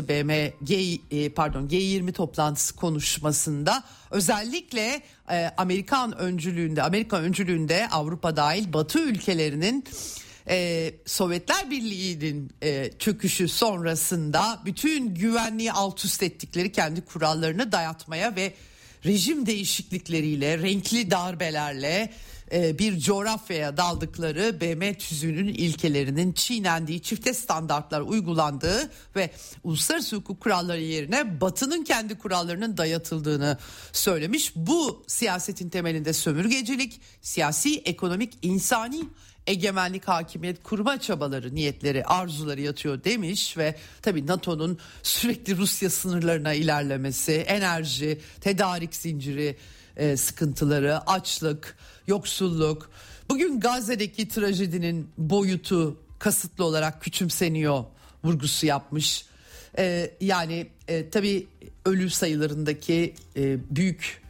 G20 toplantısı konuşmasında. Özellikle Amerika öncülüğünde Avrupa dahil Batı ülkelerinin Sovyetler Birliği'nin çöküşü sonrasında bütün güvenliği alt üst ettikleri kendi kurallarını dayatmaya ve rejim değişiklikleriyle, renkli darbelerle bir coğrafyaya daldıkları BM tüzüğünün ilkelerinin çiğnendiği, çifte standartlar uygulandığı ve uluslararası hukuk kuralları yerine Batı'nın kendi kurallarının dayatıldığını söylemiş. Bu siyasetin temelinde sömürgecilik, siyasi, ekonomik, insani egemenlik, hakimiyet kurma çabaları, niyetleri, arzuları yatıyor demiş ve tabii NATO'nun sürekli Rusya sınırlarına ilerlemesi, enerji, tedarik zinciri sıkıntıları, açlık, yoksulluk, bugün Gazze'deki trajedinin boyutu kasıtlı olarak küçümseniyor vurgusu yapmış. Yani tabii ölü sayılarındaki büyük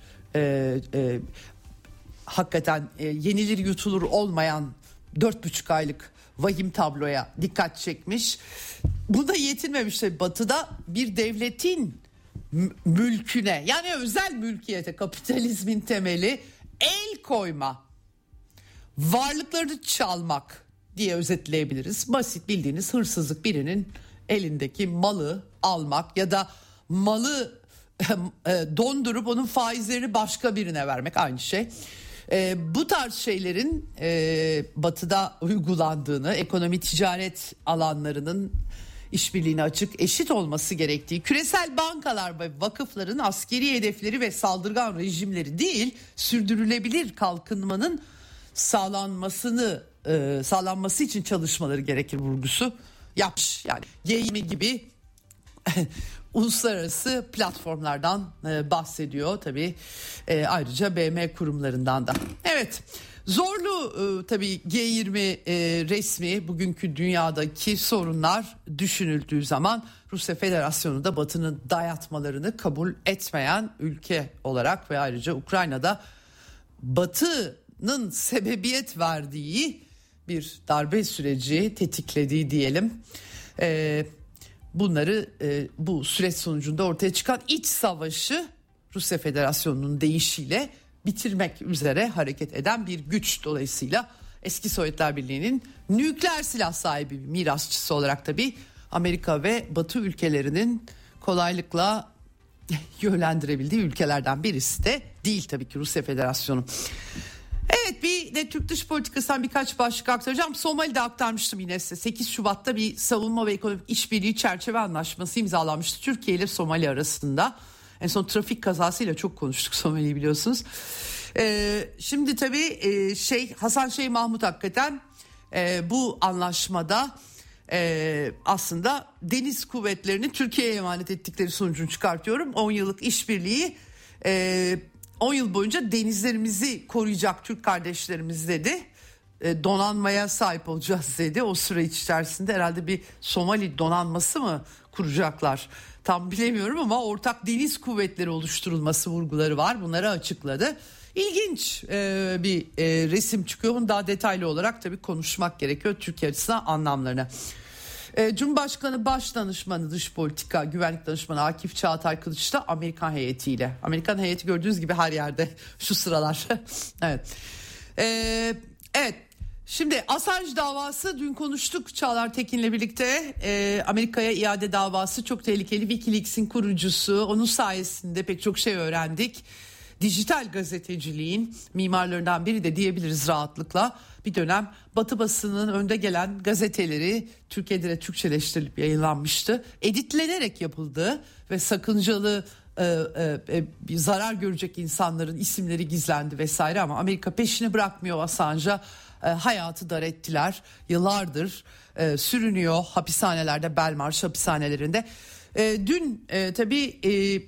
hakikaten yenilir yutulur olmayan 4,5 aylık vahim tabloya dikkat çekmiş. Bu da yetinmemiş tabii. Batı'da bir devletin mülküne, yani özel mülkiyete, kapitalizmin temeli el koyma, varlıklarını çalmak diye özetleyebiliriz. Basit, bildiğiniz hırsızlık, birinin elindeki malı almak ya da malı dondurup onun faizlerini başka birine vermek, aynı şey. Bu tarz şeylerin Batı'da uygulandığını, ekonomi ticaret alanlarının işbirliğine açık, eşit olması gerektiği, küresel bankalar ve vakıfların askeri hedefleri ve saldırgan rejimleri değil, sürdürülebilir kalkınmanın sağlanması için çalışmaları gerekir vurgusu yapmış. Yani G20 gibi uluslararası platformlardan bahsediyor tabii. Ayrıca BM kurumlarından da. Evet, zorlu tabii G20 resmi, bugünkü dünyadaki sorunlar düşünüldüğü zaman Rusya Federasyonu da Batı'nın dayatmalarını kabul etmeyen ülke olarak ve ayrıca Ukrayna'da Batı'nın sebebiyet verdiği bir darbe süreci tetiklediği diyelim. Bunları bu süreç sonucunda ortaya çıkan iç savaşı Rusya Federasyonu'nun deyişiyle bitirmek üzere hareket eden bir güç. Dolayısıyla eski Sovyetler Birliği'nin nükleer silah sahibi bir mirasçısı olarak tabii Amerika ve Batı ülkelerinin kolaylıkla yönlendirebildiği ülkelerden birisi de değil tabii ki Rusya Federasyonu. Evet, bir de Türk dış politikasından birkaç başlık aktaracağım. Somali'de aktarmıştım yine size. 8 Şubat'ta bir savunma ve ekonomik işbirliği çerçeve anlaşması imzalanmıştı Türkiye ile Somali arasında. En son trafik kazasıyla çok konuştuk Somali'yi, biliyorsunuz. Şimdi tabii Hasan Şeyh Mahmut hakikaten bu anlaşmada aslında deniz kuvvetlerini Türkiye'ye emanet ettikleri sonucunu çıkartıyorum. 10 yıllık işbirliği 10 yıl boyunca denizlerimizi koruyacak Türk kardeşlerimiz dedi. Donanmaya sahip olacağız dedi. O süreç içerisinde herhalde bir Somali donanması mı kuracaklar? Tam bilemiyorum ama ortak deniz kuvvetleri oluşturulması vurguları var. Bunları açıkladı. İlginç bir resim çıkıyor. Bunu daha detaylı olarak tabii konuşmak gerekiyor Türkiye açısından anlamlarına. Cumhurbaşkanı Başdanışmanı Dış Politika Güvenlik Danışmanı Akif Çağatay Kılıç da Amerikan heyetiyle. Amerikan heyeti gördüğünüz gibi her yerde şu sıralar. Evet. Evet. Şimdi Assange davası, dün konuştuk Çağlar Tekin'le birlikte. Amerika'ya iade davası çok tehlikeli. WikiLeaks'in kurucusu, onun sayesinde pek çok şey öğrendik. dijital gazeteciliğin mimarlarından biri de diyebiliriz rahatlıkla. Bir dönem Batı basının önde gelen gazeteleri Türkiye'de de Türkçeleştirilip yayınlanmıştı. Editlenerek yapıldı ve sakıncalı bir zarar görecek insanların isimleri gizlendi vesaire, ama Amerika peşini bırakmıyor Assange'a. Hayatı dar ettiler. Yıllardır sürünüyor hapishanelerde, Belmarsh hapishanelerinde. Dün tabii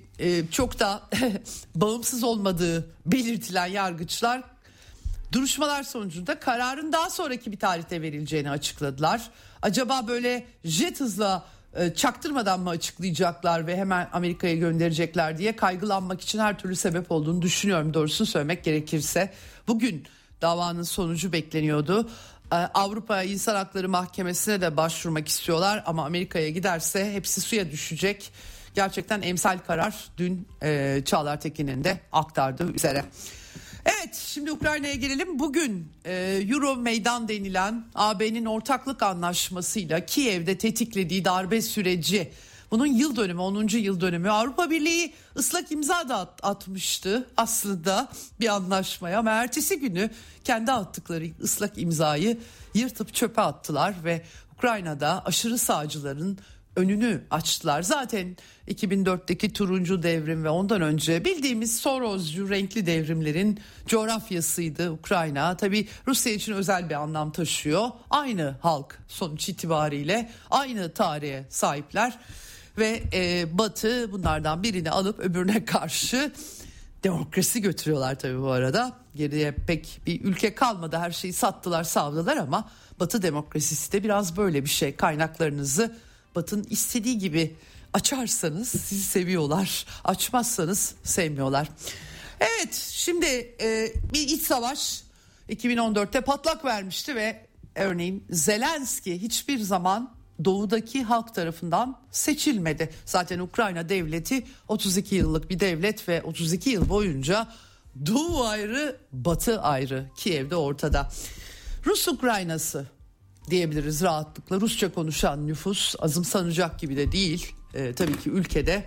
çok da bağımsız olmadığı belirtilen yargıçlar duruşmalar sonucunda kararın daha sonraki bir tarihte verileceğini açıkladılar. Acaba böyle jet hızla çaktırmadan mı açıklayacaklar ve hemen Amerika'ya gönderecekler diye kaygılanmak için her türlü sebep olduğunu düşünüyorum, doğrusunu söylemek gerekirse. Bugün davanın sonucu bekleniyordu. Avrupa İnsan Hakları Mahkemesi'ne de başvurmak istiyorlar ama Amerika'ya giderse hepsi suya düşecek. Gerçekten emsal karar dün Çağlar Tekin'in de aktardığı üzere. Evet, şimdi Ukrayna'ya gelelim. Bugün Euro Meydan denilen AB'nin ortaklık anlaşmasıyla Kiev'de tetiklediği darbe süreci, bunun yıl dönümü, 10. yıl dönümü. Avrupa Birliği ıslak imza da atmıştı aslında bir anlaşmaya, ama ertesi günü kendi attıkları ıslak imzayı yırtıp çöpe attılar ve Ukrayna'da aşırı sağcıların önünü açtılar. Zaten 2004'teki turuncu devrim ve ondan önce bildiğimiz Soroscu renkli devrimlerin coğrafyasıydı Ukrayna. Tabii Rusya için özel bir anlam taşıyor. Aynı halk sonuç itibariyle, aynı tarihe sahipler ve Batı bunlardan birini alıp öbürüne karşı demokrasi götürüyorlar tabii bu arada. Geriye pek bir ülke kalmadı, her şeyi sattılar savdılar, ama Batı demokrasisi de biraz böyle bir şey. Kaynaklarınızı Batı'nın istediği gibi açarsanız sizi seviyorlar, açmazsanız sevmiyorlar. Evet, şimdi bir iç savaş 2014'te patlak vermişti ve örneğin Zelenski hiçbir zaman doğudaki halk tarafından seçilmedi. Zaten Ukrayna devleti 32 yıllık bir devlet ve 32 yıl boyunca Doğu ayrı, Batı ayrı. Kiev'de ortada. Rus Ukraynası diyebiliriz rahatlıkla. Rusça konuşan nüfus azımsanacak gibi de değil. Tabii ki ülkede.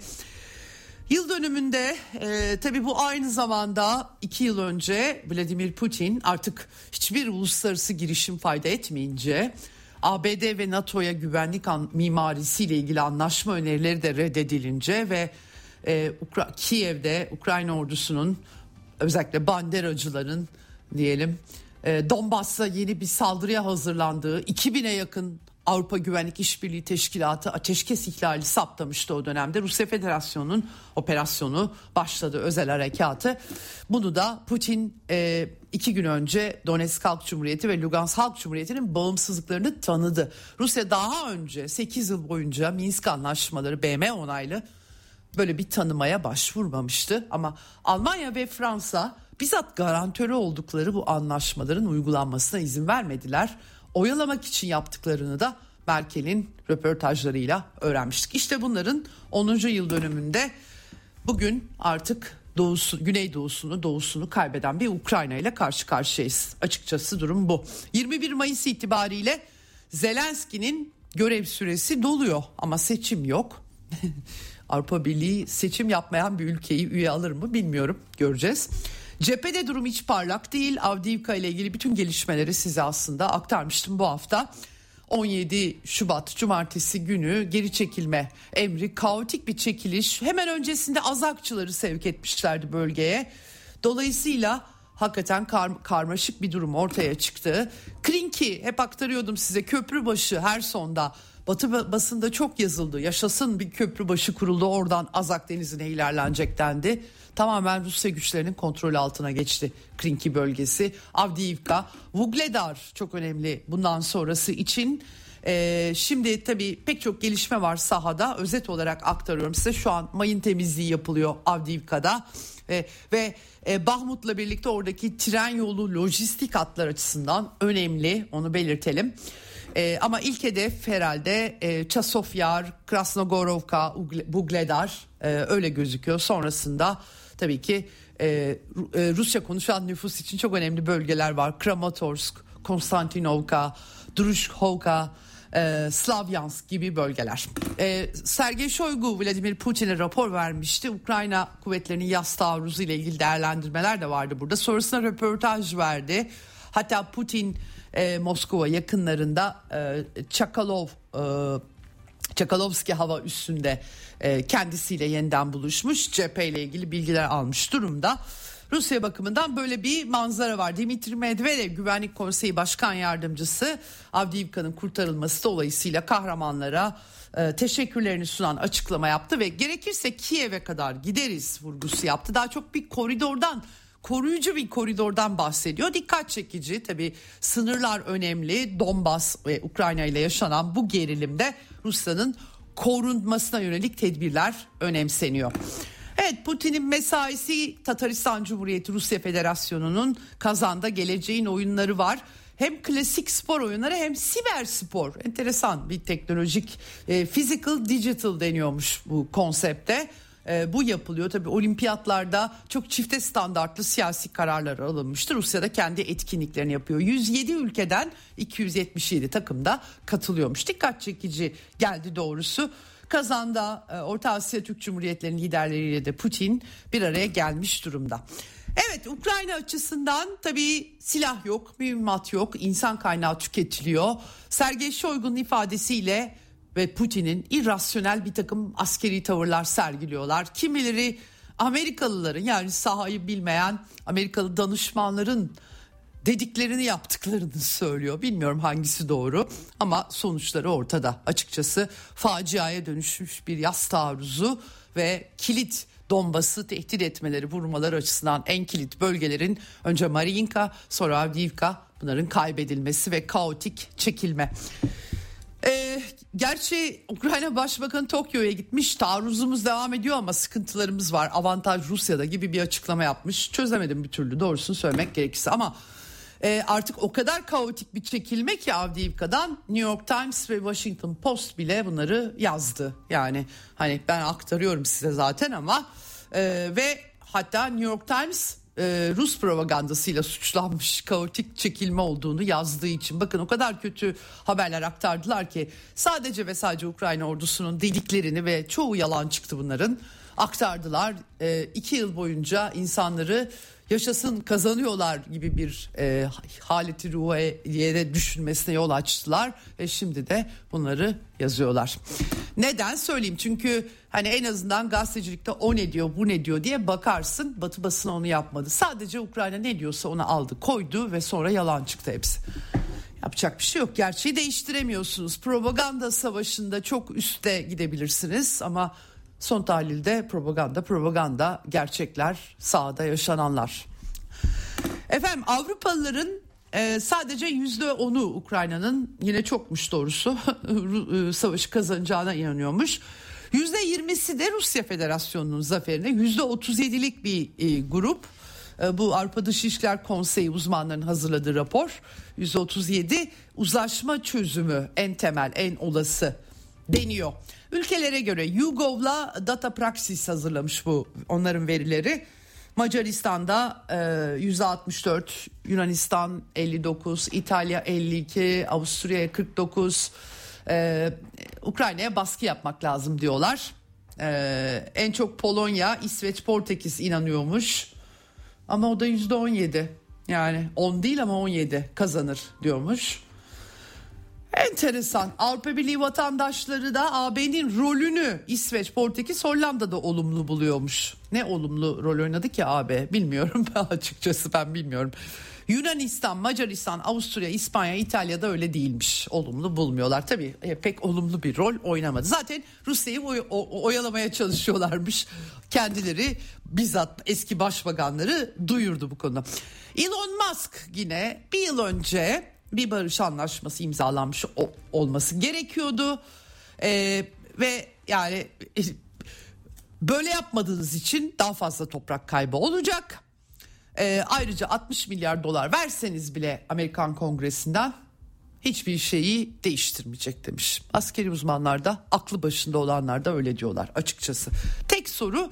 Yıl dönümünde tabii bu aynı zamanda 2 yıl önce Vladimir Putin artık hiçbir uluslararası girişim fayda etmeyince ABD ve NATO'ya güvenlik mimarisiyle ilgili anlaşma önerileri de reddedilince ve Kiev'de Ukrayna ordusunun, özellikle banderacıların diyelim, Donbas'a yeni bir saldırıya hazırlandığı, 2000'e yakın Avrupa Güvenlik İşbirliği Teşkilatı ateşkes ihlali saptamıştı o dönemde. Rusya Federasyonu'nun operasyonu başladı, özel harekatı. Bunu da Putin 2 gün önce Donetsk Halk Cumhuriyeti ve Lugansk Halk Cumhuriyeti'nin bağımsızlıklarını tanıdı. Rusya daha önce 8 yıl boyunca Minsk anlaşmaları, BM onaylı böyle bir tanımaya başvurmamıştı. Ama Almanya ve Fransa bizzat garantörü oldukları bu anlaşmaların uygulanmasına izin vermediler. Oyalamak için yaptıklarını da Merkel'in röportajlarıyla öğrenmiştik. İşte bunların 10. yıl dönümünde bugün artık doğusunu kaybeden bir Ukrayna ile karşı karşıyayız. Açıkçası durum bu. 21 Mayıs itibariyle Zelenski'nin görev süresi doluyor ama seçim yok. Avrupa Birliği seçim yapmayan bir ülkeyi üye alır mı bilmiyorum, göreceğiz. Cephede durum hiç parlak değil. Avdiivka ile ilgili bütün gelişmeleri size aslında aktarmıştım bu hafta. 17 Şubat Cumartesi günü geri çekilme emri, kaotik bir çekiliş. Hemen öncesinde Azakçıları sevk etmişlerdi bölgeye. Dolayısıyla hakikaten karmaşık bir durum ortaya çıktı. Krinki, hep aktarıyordum size, Köprübaşı Herson'da, Batı basında çok yazıldı. Yaşasın bir köprübaşı kuruldu, oradan Azak Denizi'ne ilerlenecek dendi. Tamamen Rusya güçlerinin kontrolü altına geçti Krinki bölgesi. Avdiivka, Vuhledar çok önemli bundan sonrası için. Şimdi tabii pek çok gelişme var sahada. Özet olarak aktarıyorum size. Şu an mayın temizliği yapılıyor Avdiivka'da. Ve Bahmut'la birlikte oradaki tren yolu, lojistik hatlar açısından önemli, onu belirtelim. Ama ilk hedef herhalde Çasofyar, Krasnogorovka, Vuhledar öyle gözüküyor. Sonrasında tabii ki Rusça konuşan nüfus için çok önemli bölgeler var. Kramatorsk, Konstantinovka, Drushkovka, Slavyansk gibi bölgeler. Sergey Shoigu Vladimir Putin'e rapor vermişti. Ukrayna kuvvetlerinin yaz taarruzu ile ilgili değerlendirmeler de vardı burada. Sonrasında röportaj verdi. Hatta Putin Moskova yakınlarında Çakalovski hava üssünde kendisiyle yeniden buluşmuş. Cepheyle ilgili bilgiler almış durumda. Rusya bakımından böyle bir manzara var. Dmitri Medvedev Güvenlik Konseyi Başkan Yardımcısı Avdiivka'nın kurtarılması dolayısıyla kahramanlara teşekkürlerini sunan açıklama yaptı ve gerekirse Kiev'e kadar gideriz vurgusu yaptı. Daha çok bir koruyucu bir koridordan bahsediyor. Dikkat çekici tabii, sınırlar önemli. Donbas ve Ukrayna ile yaşanan bu gerilimde Rusya'nın korunmasına yönelik tedbirler önemseniyor. Evet, Putin'in mesaisi Tataristan Cumhuriyeti Rusya Federasyonu'nun Kazan'da geleceğin oyunları var. Hem klasik spor oyunları hem siber spor. Enteresan bir teknolojik physical digital deniyormuş bu konsepte. Bu yapılıyor. Tabii olimpiyatlarda çok çifte standartlı siyasi kararlar alınmıştır. Rusya'da kendi etkinliklerini yapıyor. 107 ülkeden 277 takım da katılıyormuş. Dikkat çekici geldi doğrusu. Kazan'da Orta Asya Türk Cumhuriyetlerinin liderleriyle de Putin bir araya gelmiş durumda. Evet, Ukrayna açısından tabii silah yok, mühimmat yok, insan kaynağı tüketiliyor. Sergey Shoigu'nun ifadesiyle ve Putin'in irrasyonel bir takım askeri tavırlar sergiliyorlar. Kimileri Amerikalıların, yani sahayı bilmeyen Amerikalı danışmanların dediklerini yaptıklarını söylüyor. Bilmiyorum hangisi doğru ama sonuçları ortada. Açıkçası faciaya dönüşmüş bir yaz taarruzu ve kilit Donbas'ı tehdit etmeleri, vurmaları açısından en kilit bölgelerin önce Mariinka, sonra Avdiivka, bunların kaybedilmesi ve kaotik çekilme. Gerçi Ukrayna Başbakanı Tokyo'ya gitmiş, taarruzumuz devam ediyor ama sıkıntılarımız var, avantaj Rusya'da gibi bir açıklama yapmış. Çözemedim bir türlü, doğrusunu söylemek gerekirse, ama artık o kadar kaotik bir çekilme ki Avdiivka'dan New York Times ve Washington Post bile bunları yazdı. Yani hani ben aktarıyorum size zaten ama ve hatta New York Times Rus propagandasıyla suçlanmış, kaotik çekilme olduğunu yazdığı için. Bakın, o kadar kötü haberler aktardılar ki sadece ve sadece Ukrayna ordusunun dediklerini ve çoğu yalan çıktı bunların, aktardılar. 2 yıl boyunca insanları yaşasın kazanıyorlar gibi bir haleti ruhiyede düşünmesine yol açtılar ve şimdi de bunları yazıyorlar. Neden söyleyeyim? Çünkü hani en azından gazetecilikte o ne diyor, bu ne diyor diye bakarsın. Batı basını onu yapmadı. Sadece Ukrayna ne diyorsa onu aldı, koydu ve sonra yalan çıktı hepsi. Yapacak bir şey yok. Gerçeği değiştiremiyorsunuz. Propaganda savaşında çok üste gidebilirsiniz ama son tahlilde propaganda, gerçekler sahada yaşananlar. Efendim, Avrupalıların sadece %10'u Ukrayna'nın, yine çokmuş doğrusu, savaşı kazanacağına inanıyormuş. %20'si de Rusya Federasyonu'nun zaferine. %37'lik bir grup. Bu Avrupa Dışişler Konseyi uzmanlarının hazırladığı rapor. %37 uzlaşma çözümü en temel, en olası deniyor. Ülkelere göre YouGov'la Data Praxis hazırlamış bu onların verileri. Macaristan'da %64, Yunanistan 59, İtalya 52, Avusturya 49. Ukrayna'ya baskı yapmak lazım diyorlar. En çok Polonya, İsveç, Portekiz inanıyormuş. Ama o da %17. Yani 10 değil ama 17 kazanır diyormuş. Enteresan. Avrupa Birliği vatandaşları da AB'nin rolünü İsveç, Portekiz, Hollanda'da olumlu buluyormuş. Ne olumlu rol oynadı ki AB bilmiyorum açıkçası, ben bilmiyorum. Yunanistan, Macaristan, Avusturya, İspanya, İtalya'da öyle değilmiş. Olumlu bulmuyorlar. Tabii pek olumlu bir rol oynamadı. Zaten Rusya'yı oyalamaya çalışıyorlarmış. Kendileri, bizzat eski başbakanları duyurdu bu konuda. Elon Musk yine bir yıl önce bir barış anlaşması imzalanmış olması gerekiyordu. Ve yani böyle yapmadığınız için daha fazla toprak kaybı olacak. Ayrıca 60 milyar dolar verseniz bile Amerikan Kongresi'nden hiçbir şeyi değiştirmeyecek demiş. Askeri uzmanlar da, aklı başında olanlar da öyle diyorlar açıkçası. Tek soru,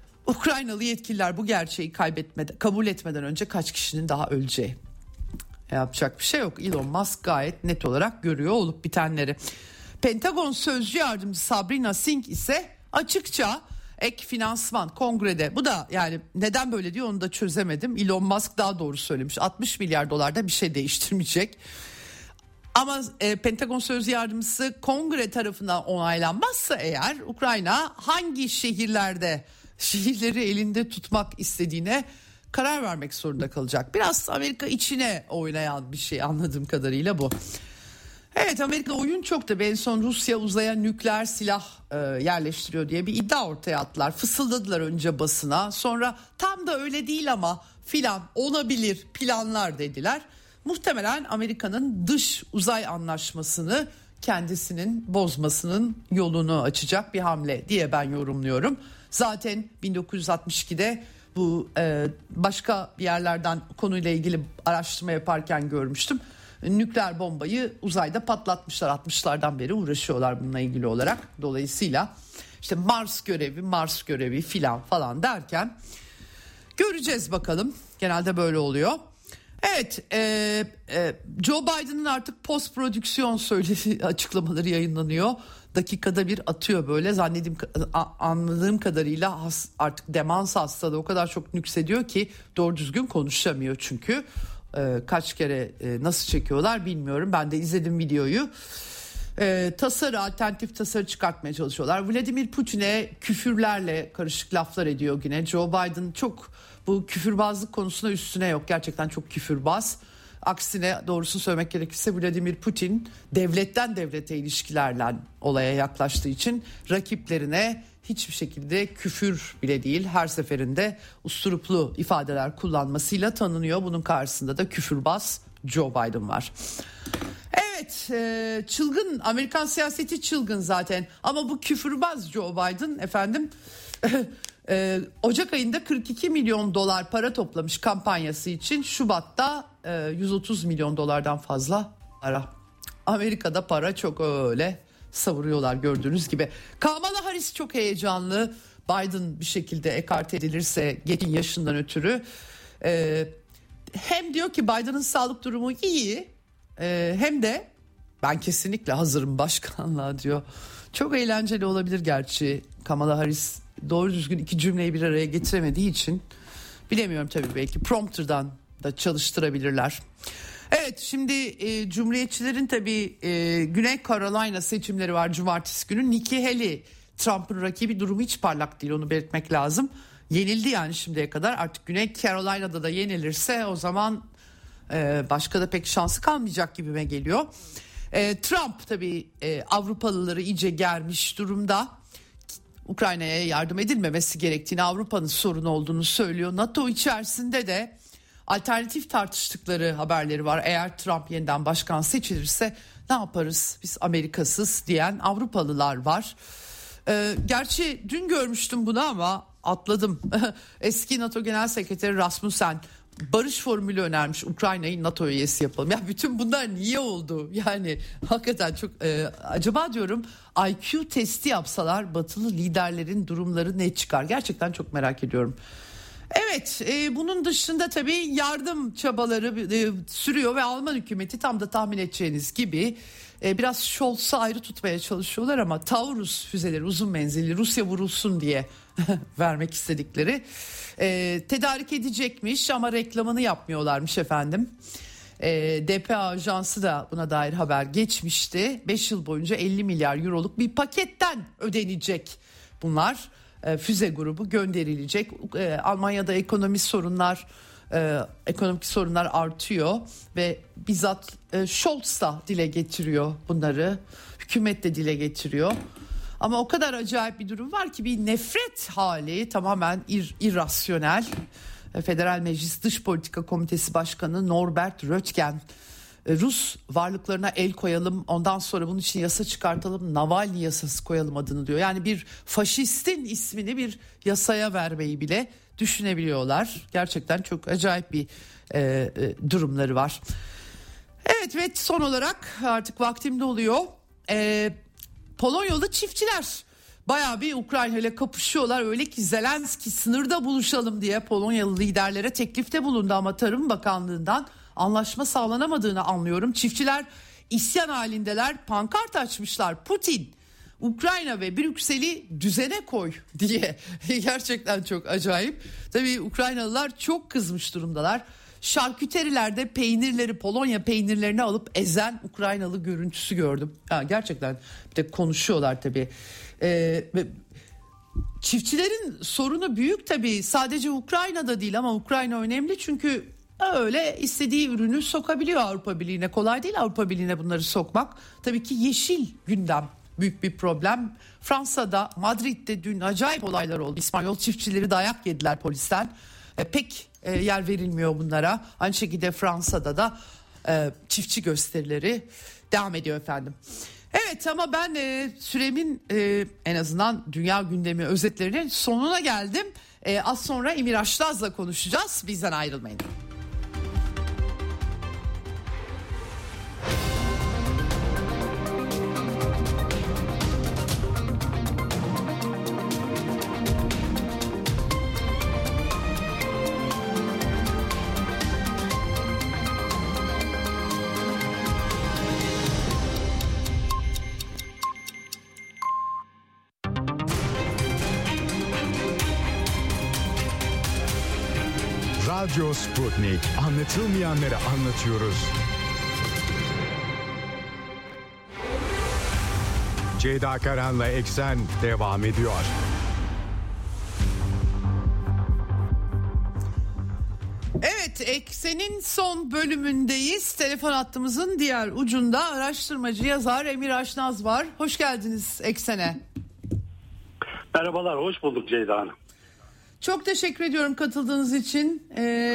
Ukraynalı yetkililer bu gerçeği kabul etmeden önce kaç kişinin daha öleceği. Yapacak bir şey yok. Elon Musk gayet net olarak görüyor olup bitenleri. Pentagon Sözcü Yardımcısı Sabrina Singh ise açıkça ek finansman kongrede, bu da yani neden böyle diyor onu da çözemedim. Elon Musk daha doğru söylemiş, 60 milyar dolarda bir şey değiştirmeyecek. Ama Pentagon Sözcü Yardımcısı kongre tarafından onaylanmazsa eğer Ukrayna hangi şehirleri elinde tutmak istediğine karar vermek zorunda kalacak. Biraz Amerika içine oynayan bir şey anladığım kadarıyla bu. Evet, Amerika oyun çok da, en son Rusya uzaya nükleer silah yerleştiriyor diye bir iddia ortaya attılar. Fısıldadılar önce basına, sonra tam da öyle değil ama filan olabilir planlar dediler. Muhtemelen Amerika'nın dış uzay anlaşmasını kendisinin bozmasının yolunu açacak bir hamle diye ben yorumluyorum. Zaten 1962'de bu başka bir yerlerden konuyla ilgili araştırma yaparken görmüştüm. Nükleer bombayı uzayda patlatmışlar, 60'lardan beri uğraşıyorlar bununla ilgili olarak. Dolayısıyla işte Mars görevi falan derken göreceğiz bakalım. Genelde böyle oluyor. Evet, Joe Biden'ın artık post prodüksiyon açıklamaları yayınlanıyor. Dakikada bir atıyor böyle, anladığım kadarıyla artık demans hastalığı o kadar çok nüksediyor ki doğru düzgün konuşamıyor çünkü. Kaç kere nasıl çekiyorlar bilmiyorum, ben de izledim videoyu. Alternatif tasarı çıkartmaya çalışıyorlar. Vladimir Putin'e küfürlerle karışık laflar ediyor yine. Joe Biden çok bu küfürbazlık konusunda üstüne yok. Gerçekten çok küfürbaz. Aksine, doğrusunu söylemek gerekirse, Vladimir Putin devletten devlete ilişkilerle olaya yaklaştığı için rakiplerine hiçbir şekilde küfür bile değil, her seferinde usturuplu ifadeler kullanmasıyla tanınıyor. Bunun karşısında da küfürbaz Joe Biden var. Evet, çılgın, Amerikan siyaseti çılgın zaten ama bu küfürbaz Joe Biden efendim Ocak ayında 42 milyon dolar para toplamış kampanyası için. Şubat'ta 130 milyon dolardan fazla para. Amerika'da para çok öyle savuruyorlar gördüğünüz gibi. Kamala Harris çok heyecanlı. Biden bir şekilde ekarte edilirse geçen yaşından ötürü. Hem diyor ki Biden'ın sağlık durumu iyi, hem de ben kesinlikle hazırım başkanlığa diyor. Çok eğlenceli olabilir gerçi. Kamala Harris doğru düzgün iki cümleyi bir araya getiremediği için bilemiyorum tabii, belki prompterdan da çalıştırabilirler. Evet, şimdi Cumhuriyetçilerin tabii Güney Carolina seçimleri var cumartesi günü. Nikki Haley, Trump'ın rakibi, durumu hiç parlak değil, onu belirtmek lazım. Yenildi yani şimdiye kadar, artık Güney Carolina'da da yenilirse o zaman başka da pek şansı kalmayacak gibime geliyor. Trump tabii Avrupalıları iyice germiş durumda. Ukrayna'ya yardım edilmemesi gerektiğini, Avrupa'nın sorunu olduğunu söylüyor. NATO içerisinde de alternatif tartıştıkları haberleri var. Eğer Trump yeniden başkan seçilirse ne yaparız biz Amerikasız diyen Avrupalılar var. Gerçi dün görmüştüm bunu ama atladım. Eski NATO Genel Sekreteri Rasmussen barış formülü önermiş, Ukrayna'yı NATO üyesi yapalım. Ya bütün bunlar niye oldu? Yani hakikaten çok acaba diyorum IQ testi yapsalar batılı liderlerin durumları ne çıkar? Gerçekten çok merak ediyorum. Evet, bunun dışında tabii yardım çabaları sürüyor ve Alman hükümeti tam da tahmin edeceğiniz gibi biraz Scholz'u ayrı tutmaya çalışıyorlar ama Taurus füzeleri, uzun menzilli, Rusya vurulsun diye vermek istedikleri tedarik edecekmiş ama reklamını yapmıyorlarmış efendim. DPA ajansı da buna dair haber geçmişti. 5 yıl boyunca 50 milyar euroluk bir paketten ödenecek bunlar. Füze grubu gönderilecek. Almanya'da ekonomik sorunlar artıyor ve bizzat Scholz da dile getiriyor bunları. Hükümet de dile getiriyor. Ama o kadar acayip bir durum var ki, bir nefret hali, tamamen irrasyonel. Federal Meclis Dış Politika Komitesi Başkanı Norbert Röttgen, Rus varlıklarına el koyalım, ondan sonra bunun için yasa çıkartalım, Navalny yasası koyalım adını diyor. Yani bir faşistin ismini bir yasaya vermeyi bile düşünebiliyorlar. Gerçekten çok acayip bir durumları var. Evet ve son olarak artık vaktim doluyor. Polonyalı çiftçiler bayağı bir Ukrayna ile kapışıyorlar. Öyle ki Zelenski sınırda buluşalım diye Polonyalı liderlere teklifte bulundu ama Tarım Bakanlığı'ndan anlaşma sağlanamadığını anlıyorum. Çiftçiler isyan halindeler, pankart açmışlar. Putin, Ukrayna ve Brüksel'i düzene koy diye. Gerçekten çok acayip. Tabii Ukraynalılar çok kızmış durumdalar. Şarküterilerde peynirleri, Polonya peynirlerini alıp ezen Ukraynalı görüntüsü gördüm. Gerçekten bir de konuşuyorlar tabii. Çiftçilerin sorunu büyük tabii, sadece Ukrayna'da değil ama Ukrayna önemli çünkü öyle istediği ürünü sokabiliyor Avrupa Birliği'ne. Kolay değil Avrupa Birliği'ne bunları sokmak. Tabii ki yeşil gündem büyük bir problem. Fransa'da, Madrid'de dün acayip olaylar oldu. İspanyol çiftçileri dayak yediler polisten. Pek yer verilmiyor bunlara. Aynı şekilde Fransa'da da çiftçi gösterileri devam ediyor efendim. Evet ama ben süremin en azından dünya gündemi özetlerinin sonuna geldim. Az sonra Emir Aşlaz'la konuşacağız. Bizden ayrılmayın. Radyo Sputnik. Anlatılmayanları anlatıyoruz. Ceyda Karan'la Eksen devam ediyor. Evet, Eksen'in son bölümündeyiz. Telefon hattımızın diğer ucunda araştırmacı yazar Emir Aşnaz var. Hoş geldiniz Eksen'e. Merhabalar, hoş bulduk Ceyda Hanım. Çok teşekkür ediyorum katıldığınız için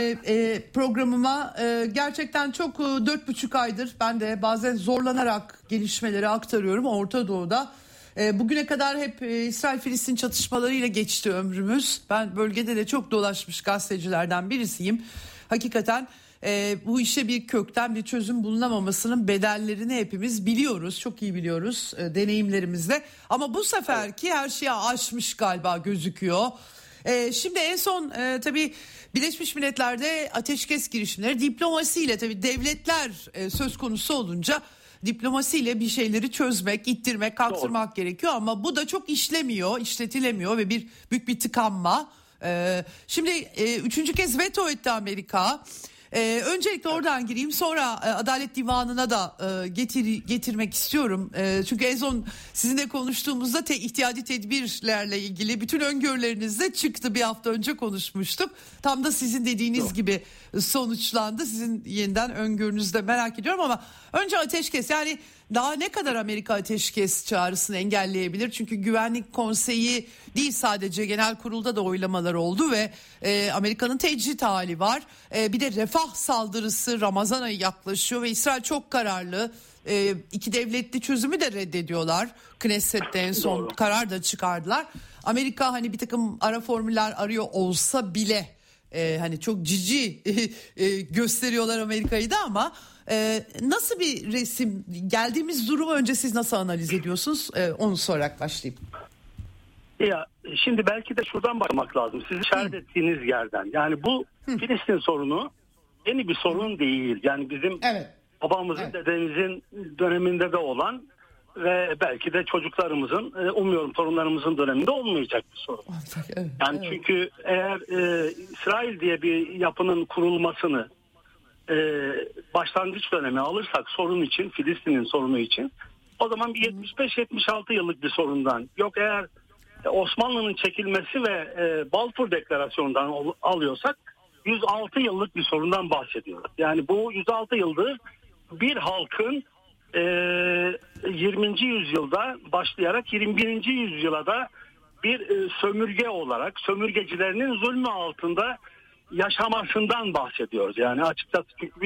programıma. Gerçekten çok 4,5 aydır ben de bazen zorlanarak gelişmeleri aktarıyorum Orta Doğu'da. Bugüne kadar hep İsrail-Filistin çatışmalarıyla geçti ömrümüz. Ben bölgede de çok dolaşmış gazetecilerden birisiyim. Hakikaten bu işe bir kökten bir çözüm bulunamamasının bedellerini hepimiz biliyoruz. Çok iyi biliyoruz deneyimlerimizle. Ama bu seferki her şeyi aşmış galiba gözüküyor. Şimdi en son tabii Birleşmiş Milletler'de ateşkes girişimleri diplomasiyle, tabii devletler söz konusu olunca diplomasiyle bir şeyleri çözmek, ittirmek, kalktırmak gerekiyor ama bu da çok işletilemiyor ve büyük bir tıkanma. Şimdi 3. kez veto etti Amerika. Öncelikle oradan gireyim, sonra Adalet Divanı'na da getirmek istiyorum. Çünkü en son sizinle konuştuğumuzda ihtiyati tedbirlerle ilgili bütün öngörüleriniz de çıktı. Bir hafta önce konuşmuştuk. Tam da sizin dediğiniz gibi sonuçlandı. Sizin yeniden öngörünüzü de merak ediyorum ama önce ateşkes, yani daha ne kadar Amerika ateşkes çağrısını engelleyebilir? Çünkü Güvenlik Konseyi değil, sadece Genel Kurul'da da oylamalar oldu ve Amerika'nın tecrit hali var. Bir de refah saldırısı, Ramazan ayı yaklaşıyor ve İsrail çok kararlı. 2 devletli çözümü de reddediyorlar. Knesset'te en son karar da çıkardılar. Amerika hani bir takım ara formüller arıyor olsa bile hani çok cici gösteriyorlar Amerika'yı da ama nasıl bir resim, geldiğimiz durumu önce siz nasıl analiz ediyorsunuz? Onu sorarak başlayayım. Ya şimdi belki de şuradan bakmak lazım. Siz işaret ettiğiniz yerden. Yani bu Filistin sorunu yeni bir sorun değil. Yani bizim babamızın, dedemizin döneminde de olan ve belki de çocuklarımızın, umuyorum torunlarımızın döneminde olmayacak bir sorun. Yani çünkü eğer İsrail diye bir yapının kurulmasını başlangıç dönemi alırsak sorun için, Filistin'in sorunu için, o zaman bir 75-76 yıllık bir sorundan, yok eğer Osmanlı'nın çekilmesi ve Balfour Deklarasyonu'ndan alıyorsak 106 yıllık bir sorundan bahsediyoruz. Yani bu 106 yıldır bir halkın 20. yüzyılda başlayarak 21. yüzyıla da bir sömürge olarak, sömürgecilerinin zulmü altında yaşamasından bahsediyoruz. Yani açıkçası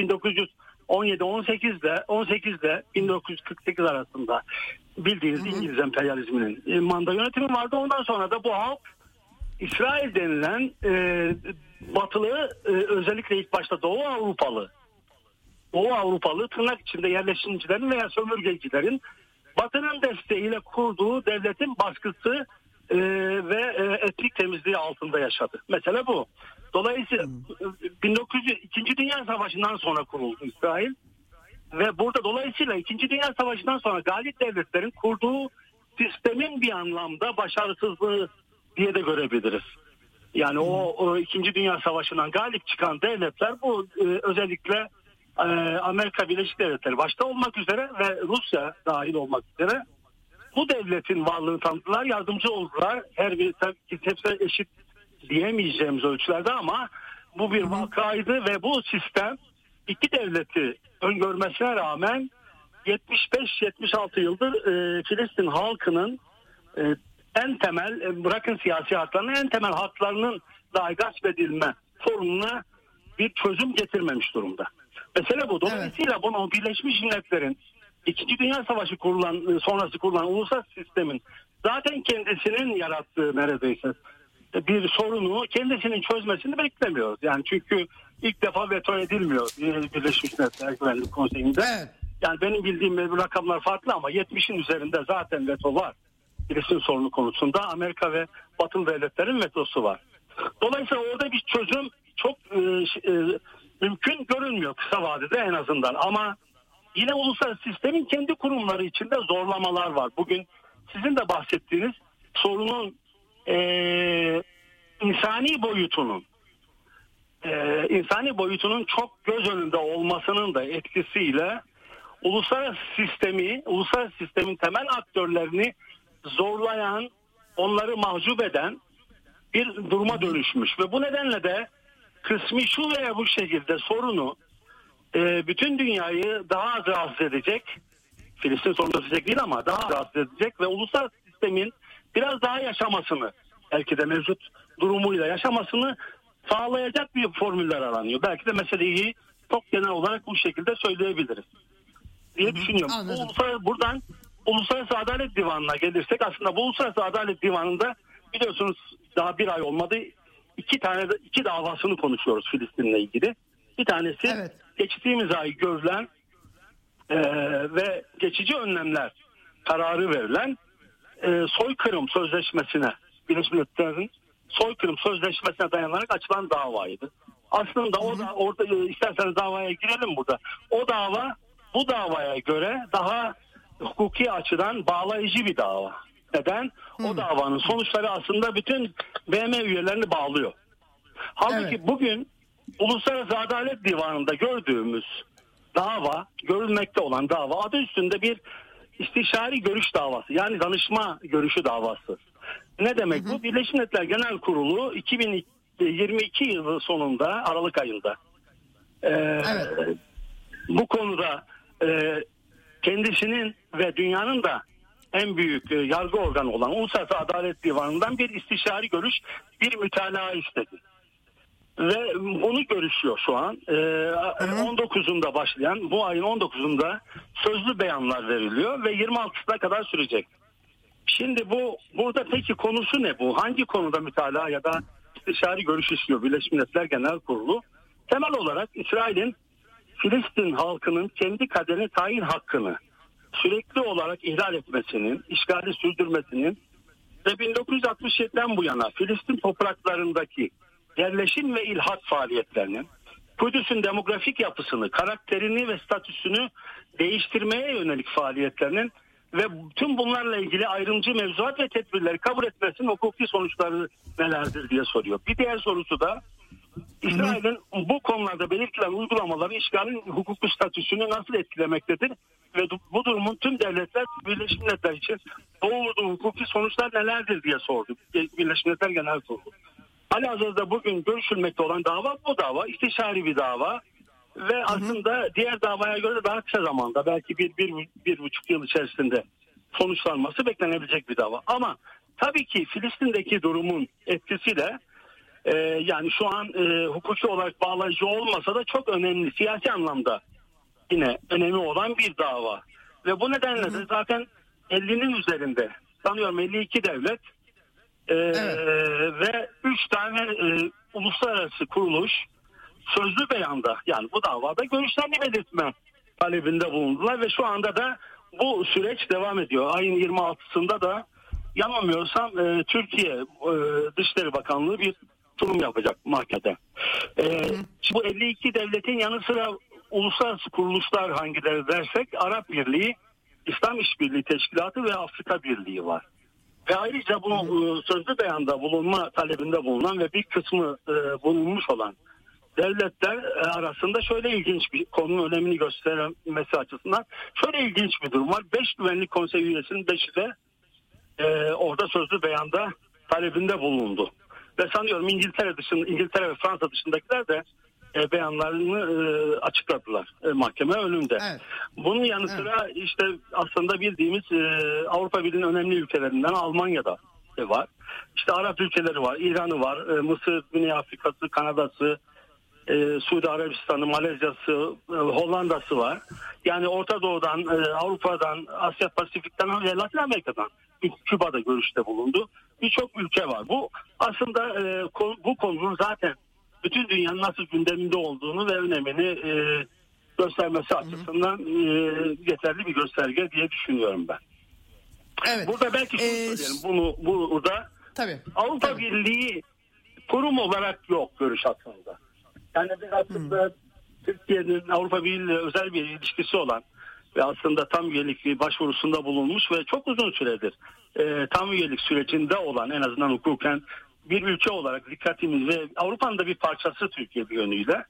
1917-18'de 1948 arasında bildiğiniz İngiliz emperyalizminin manda yönetimi vardı. Ondan sonra da bu halk İsrail denilen batılı, özellikle ilk başta Doğu Avrupalı tırnak içinde yerleşimcilerin veya sömürgecilerin Batı'nın desteğiyle kurduğu devletin baskısı ve etnik temizliği altında yaşadı. Mesele bu. Dolayısıyla 2. Dünya Savaşı'ndan sonra kuruldu İsrail ve burada dolayısıyla 2. Dünya Savaşı'ndan sonra galip devletlerin kurduğu sistemin bir anlamda başarısızlığı diye de görebiliriz. Yani o 2. Dünya Savaşı'ndan galip çıkan devletler bu özellikle Amerika Birleşik Devletleri başta olmak üzere ve Rusya dahil olmak üzere bu devletin varlığını tanıdılar, yardımcı oldular. Her bir hepsi eşit diyemeyeceğimiz ölçülerde ama bu bir vakaydı ve bu sistem iki devleti öngörmesine rağmen 75-76 yıldır Filistin halkının en temel, bırakın siyasi haklarını, en temel haklarının dahi gasp edilme sorununa bir çözüm getirmemiş durumda. Mesele bu. Dolayısıyla bunu Birleşmiş Milletler'in 2. Dünya Savaşı sonrası kurulan uluslararası sistemin zaten kendisinin yarattığı neredeyse bir sorunu kendisinin çözmesini beklemiyoruz. Yani çünkü ilk defa veto edilmiyor Birleşmiş Milletler Güvenlik Konseyi'nde. Evet. Yani benim bildiğim rakamlar farklı ama 70'in üzerinde zaten veto var. Filistin sorunu konusunda Amerika ve Batılı devletlerin vetosu var. Dolayısıyla orada bir çözüm çok mümkün görünmüyor kısa vadede en azından. Ama yine uluslararası sistemin kendi kurumları içinde zorlamalar var. Bugün sizin de bahsettiğiniz sorunun insani boyutunun çok göz önünde olmasının da etkisiyle uluslararası sistemin temel aktörlerini zorlayan, onları mahcup eden bir duruma dönüşmüş ve bu nedenle de kısmi şu veya bu şekilde sorunu bütün dünyayı daha az rahatsız edecek, Filistin sorunu çözecek değil ama daha az rahatsız edecek ve uluslararası sistemin biraz daha yaşamasını, belki de mevcut durumuyla yaşamasını sağlayacak bir formüller aranıyor. Belki de meseleyi çok genel olarak bu şekilde söyleyebiliriz diye düşünüyorum. Buradan Uluslararası Adalet Divanı'na gelirsek, aslında bu Uluslararası Adalet Divanı'nda biliyorsunuz daha bir ay olmadı, iki davasını konuşuyoruz Filistin'le ilgili. Bir tanesi geçtiğimiz ay görülen ve geçici önlemler kararı verilen soykırım sözleşmesine, Birleşmiş Milletler'in soykırım sözleşmesine dayanarak açılan davaydı. Aslında o da orada, isterseniz davaya girelim burada. O dava bu davaya göre daha hukuki açıdan bağlayıcı bir dava. Neden? O davanın sonuçları aslında bütün BM üyelerini bağlıyor. Halbuki bugün Uluslararası Adalet Divanı'nda gördüğümüz dava, görülmekte olan dava adı üstünde bir istişari görüş davası. Yani danışma görüşü davası. Ne demek bu? Birleşmiş Milletler Genel Kurulu 2022 yılı sonunda, Aralık ayında bu konuda kendisinin ve dünyanın da en büyük yargı organı olan Uluslararası Adalet Divanı'ndan bir istişari görüş, bir mütalaa istedi. Ve onu görüşüyor şu an. 19'unda başlayan, bu ayın 19'unda sözlü beyanlar veriliyor ve 26'sına kadar sürecek. Şimdi burada peki konusu ne bu? Hangi konuda mütalaa ya da istişari görüş istiyor Birleşmiş Milletler Genel Kurulu? Temel olarak İsrail'in Filistin halkının kendi kaderini tayin hakkını sürekli olarak ihlal etmesinin, işgali sürdürmesinin ve 1967'den bu yana Filistin topraklarındaki yerleşim ve ilhat faaliyetlerinin, Kudüs'ün demografik yapısını, karakterini ve statüsünü değiştirmeye yönelik faaliyetlerinin ve tüm bunlarla ilgili ayrımcı mevzuat ve tedbirleri kabul etmesinin hukuki sonuçları nelerdir diye soruyor. Bir diğer sorusu da İsrail'in bu konularda belirtilen uygulamaları işgalin hukuklu statüsünü nasıl etkilemektedir ve bu durumun tüm devletler Birleşmiş Milletler için doğurduğu hukuki sonuçlar nelerdir diye sordu Birleşmiş Milletler Genel Kurulu. Halihazırda bugün görüşülmekte olan dava bu dava, istişari bir dava ve aslında diğer davaya göre daha kısa zamanda, belki bir buçuk yıl içerisinde sonuçlanması beklenebilecek bir dava. Ama tabii ki Filistin'deki durumun etkisiyle yani şu an hukuki olarak bağlayıcı olmasa da çok önemli, siyasi anlamda yine önemi olan bir dava. Ve bu nedenle de zaten 50'nin üzerinde, sanıyorum 52 devlet ve 3 tane uluslararası kuruluş sözlü beyanda, yani bu davada görüşlerini belirtme talebinde bulundular ve şu anda da bu süreç devam ediyor. Ayın 26'sında da yanılmıyorsam Türkiye Dışişleri Bakanlığı bir sunum yapacak mahkemede. Bu 52 devletin yanı sıra uluslararası kuruluşlar hangileri dersek Arap Birliği, İslam İşbirliği Teşkilatı ve Afrika Birliği var. Ve ayrıca bu sözlü beyanda bulunma talebinde bulunan ve bir kısmı bulunmuş olan devletler arasında şöyle ilginç bir konunun önemini göstermesi açısından şöyle ilginç bir durum var. 5 Güvenlik Konseyi üyesinin 5'i de orada sözlü beyanda talebinde bulundu. Ve sanıyorum İngiltere ve Fransa dışındakiler de beyanlarını açıkladılar mahkeme önünde. Evet. Bunun yanı sıra işte aslında bildiğimiz Avrupa Birliği'nin önemli ülkelerinden Almanya'da var. İşte Arap ülkeleri var, İran'ı var, Mısır, Güney Afrika'sı, Kanada'sı, Suudi Arabistan'ı, Malezya'sı, Hollanda'sı var. Yani Orta Doğu'dan, Avrupa'dan, Asya Pasifik'ten ve Latin Amerika'dan Küba'da görüşte bulundu. Birçok ülke var. Bu aslında bu konunun zaten bütün dünyanın nasıl gündeminde olduğunu ve önemini göstermesi açısından yeterli bir gösterge diye düşünüyorum ben. Evet. Burada belki şunu söyleyelim. Burada Avrupa Birliği kurum olarak yok görüş aslında. Yani biz aslında Türkiye'nin Avrupa Birliği ile özel bir ilişkisi olan ve aslında tam üyelik başvurusunda bulunmuş ve çok uzun süredir tam üyelik sürecinde olan, en azından hukuken bir ülke olarak dikkatimiz ve Avrupa'nın da bir parçası Türkiye bir yönüyle.